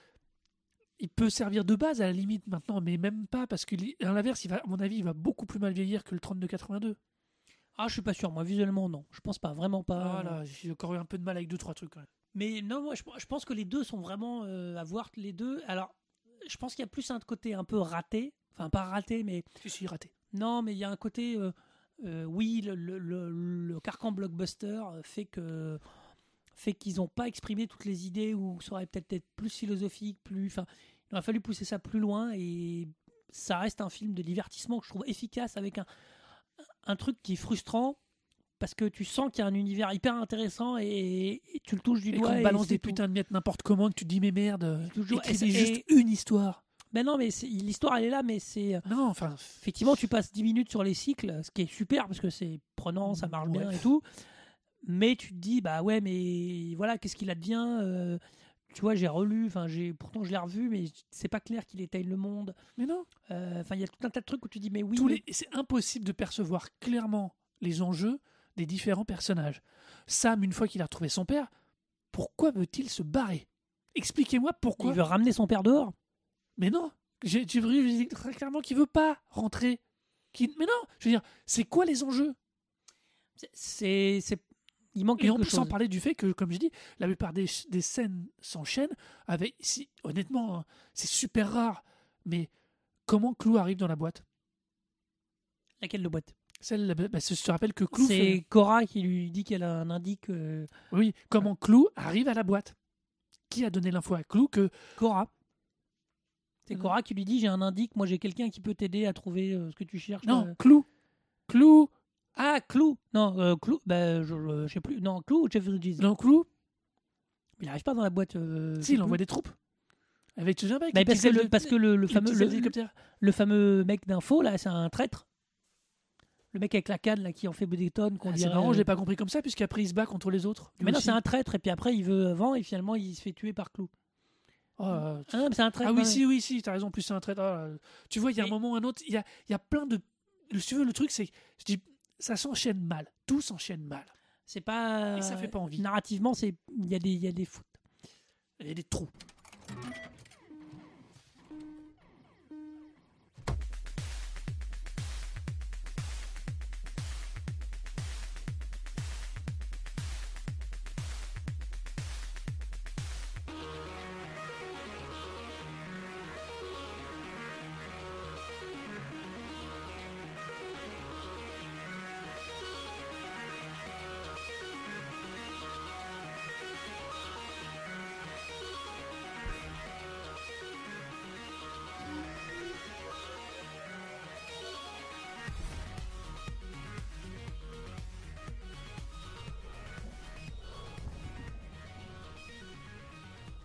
il peut servir de base à la limite maintenant, mais même pas, parce que à l'inverse, il va, à mon avis, il va beaucoup plus mal vieillir que le trente de quatre-vingt-deux. Ah, je suis pas sûr. Moi, visuellement, non. Je pense pas, vraiment pas. Ah là, j'ai encore eu un peu de mal avec deux trois trucs quand même. Mais non, moi, je, je pense que les deux sont vraiment euh, à voir les deux. Alors, je pense qu'il y a plus un côté un peu raté. Enfin, pas raté, mais Je suis raté. non, mais il y a un côté. euh, euh, oui, le, le, le, le carcan blockbuster fait que fait qu'ils n'ont pas exprimé toutes les idées ou ça aurait peut-être été plus philosophique, plus. Enfin, il aurait fallu pousser ça plus loin et ça reste un film de divertissement que je trouve efficace avec un un truc qui est frustrant. Parce que tu sens qu'il y a un univers hyper intéressant et, et tu le touches du Et doigt. qu'on et balance c'est des tout. putains de miettes n'importe comment, que tu te dis mais merde, Toujours- écrivez et- juste une histoire. Ben non, mais c'est- l'histoire elle est là, mais c'est Non, enfin, effectivement tu passes dix minutes sur les cycles, ce qui est super parce que c'est prenant, ça marche bien Ouais. et tout. Mais tu te dis bah ouais, mais voilà, qu'est-ce qu'il advient euh, Tu vois, j'ai relu, enfin j'ai pourtant je l'ai revu, mais c'est pas clair qu'il éteigne le monde. mais non. Euh, Enfin, il y a tout un tas de trucs où tu dis mais oui. Tous mais- les... C'est impossible de percevoir clairement les enjeux des différents personnages. Sam, une fois qu'il a retrouvé son père, pourquoi veut-il se barrer? Expliquez-moi pourquoi. il veut ramener son père dehors. Mais non, j'ai j'ai vu j'ai dit très clairement qu'il veut pas rentrer. Qu'il- Mais non, je veux dire, c'est quoi les enjeux? C'est, c'est, c'est- il manque Et en quelque plus, chose. sans parler du fait que, comme je dis, la plupart des, des scènes s'enchaînent avec. Si, honnêtement, hein, c'est super rare. Mais comment Clou arrive dans la boîte? Laquelle de boîte? Celle, bah, je te rappelle que Clou. C'est fait- Cora qui lui dit qu'elle a un indique. euh, Oui, comment Clou arrive à la boîte? Qui a donné l'info à Clou que. Cora. C'est Mhm. Cora qui lui dit j'ai un indique, moi j'ai quelqu'un qui peut t'aider à trouver euh, ce que tu cherches. Non, euh. Clou. Clou. Ah, Clou. Non, euh, Clou. Bah, je, je, je sais plus. Non, Clou ou Jeff Bridges. Non, Clou. Il n'arrive pas dans la boîte. euh, je Si, sais il plus. envoie des troupes. Avec tu sais pas, avec Bah, les parce, que petits le, ailes de- parce que le, le les fameux petits le, ailes d'hélicoptère. le fameux mec d'info là, c'est un traître. Le mec avec la canne là qui en fait des tonnes qu'on Ah, c'est dirait. marrant, euh, je l'ai pas compris comme ça, puisqu'après il se bat contre les autres. lui Mais non, aussi. c'est un traître et puis après il veut avant et finalement il se fait tuer par Clou. Oh, euh, Ah non, mais c'est un traître. Ah oui, ouais. si, oui, si, t'as raison, plus c'est un trait. Ah, euh, tu vois, il y a un Et- moment ou un autre, il y a, il y a plein de. Si tu veux, le truc, c'est. Je dis, ça s'enchaîne mal. Tout s'enchaîne mal. C'est pas. Et ça fait pas envie. Narrativement, c'est il y a des il y a des fautes. Il y a des trous.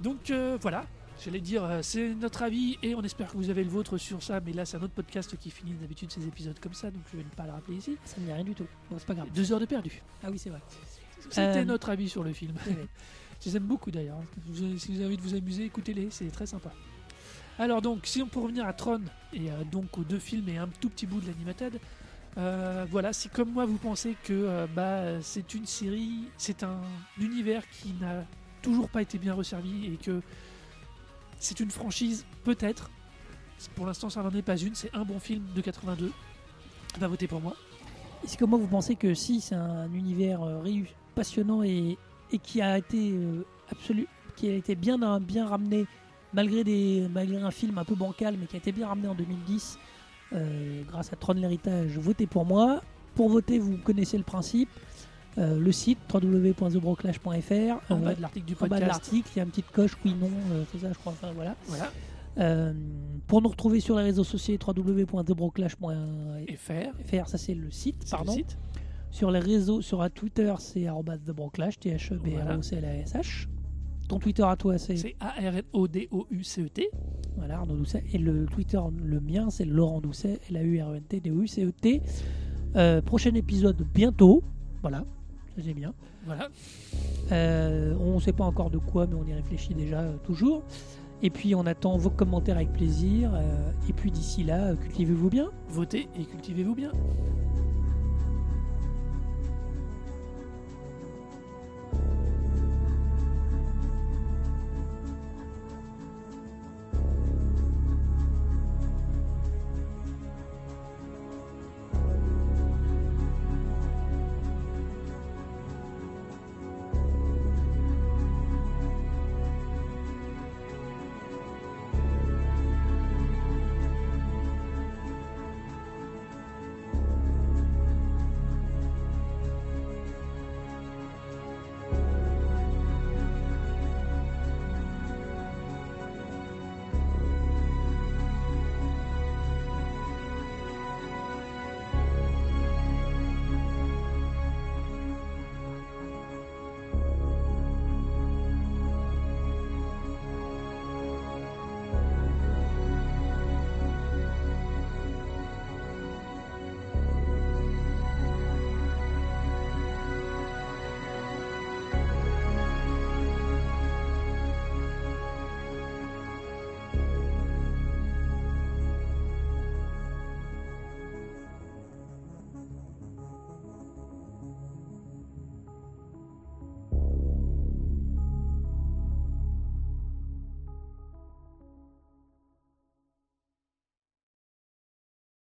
Donc euh, voilà, j'allais dire, euh, c'est notre avis et on espère que vous avez le vôtre sur ça. Mais là, c'est un autre podcast qui finit d'habitude ses épisodes comme ça, donc je vais ne pas le rappeler ici. Ça ne dit rien du tout. Bon, c'est pas grave. Deux heures de perdu. Ah oui, c'est vrai. C'était Euh, notre avis sur le film. C'est vrai. Je les aime beaucoup d'ailleurs. Vous- Si vous avez envie de vous amuser, écoutez-les, c'est très sympa. Alors donc, si on peut revenir à Tron, et euh, donc aux deux films et un tout petit bout de l'animated, euh, voilà, si comme moi vous pensez que euh, bah, c'est une série, c'est un univers qui n'a toujours pas été bien resservi et que c'est une franchise, peut-être, pour l'instant ça n'en est pas une, c'est un bon film de quatre-vingt-deux, bah votez pour moi. Est-ce que moi vous pensez que si c'est un univers euh, réu- passionnant et, et qui a été euh, absolu, qui a été bien bien ramené malgré des malgré un film un peu bancal mais qui a été bien ramené en deux mille dix euh, grâce à Tron l'héritage, votez pour moi. Pour voter, vous connaissez le principe. Euh, le site w w w point the broclash point f r, En euh, bas de l'article du en bas de podcast. l'article, il y a une petite coche oui non, euh, c'est ça je crois. Enfin, voilà. Voilà, Euh, pour nous retrouver sur les réseaux sociaux, w w w point the broclash point f r, et faire, ça c'est le site, c'est le pardon. site. Sur les réseaux, sur un Twitter, c'est arobase thebroclash, T H E B R O C L A S H. Ton Twitter à toi, c'est C'est A R N O D O U C E T. voilà, Arnaud Doucet. Et le Twitter, le mien, c'est Laurent Doucet, L A U R E N T D O U C E T. Euh, prochain épisode bientôt. Voilà, ça c'est bien. Voilà. Euh, on ne sait pas encore de quoi, mais on y réfléchit déjà euh, toujours. Et puis on attend vos commentaires avec plaisir. Euh, et puis d'ici là, euh, cultivez-vous bien. Votez et cultivez-vous bien.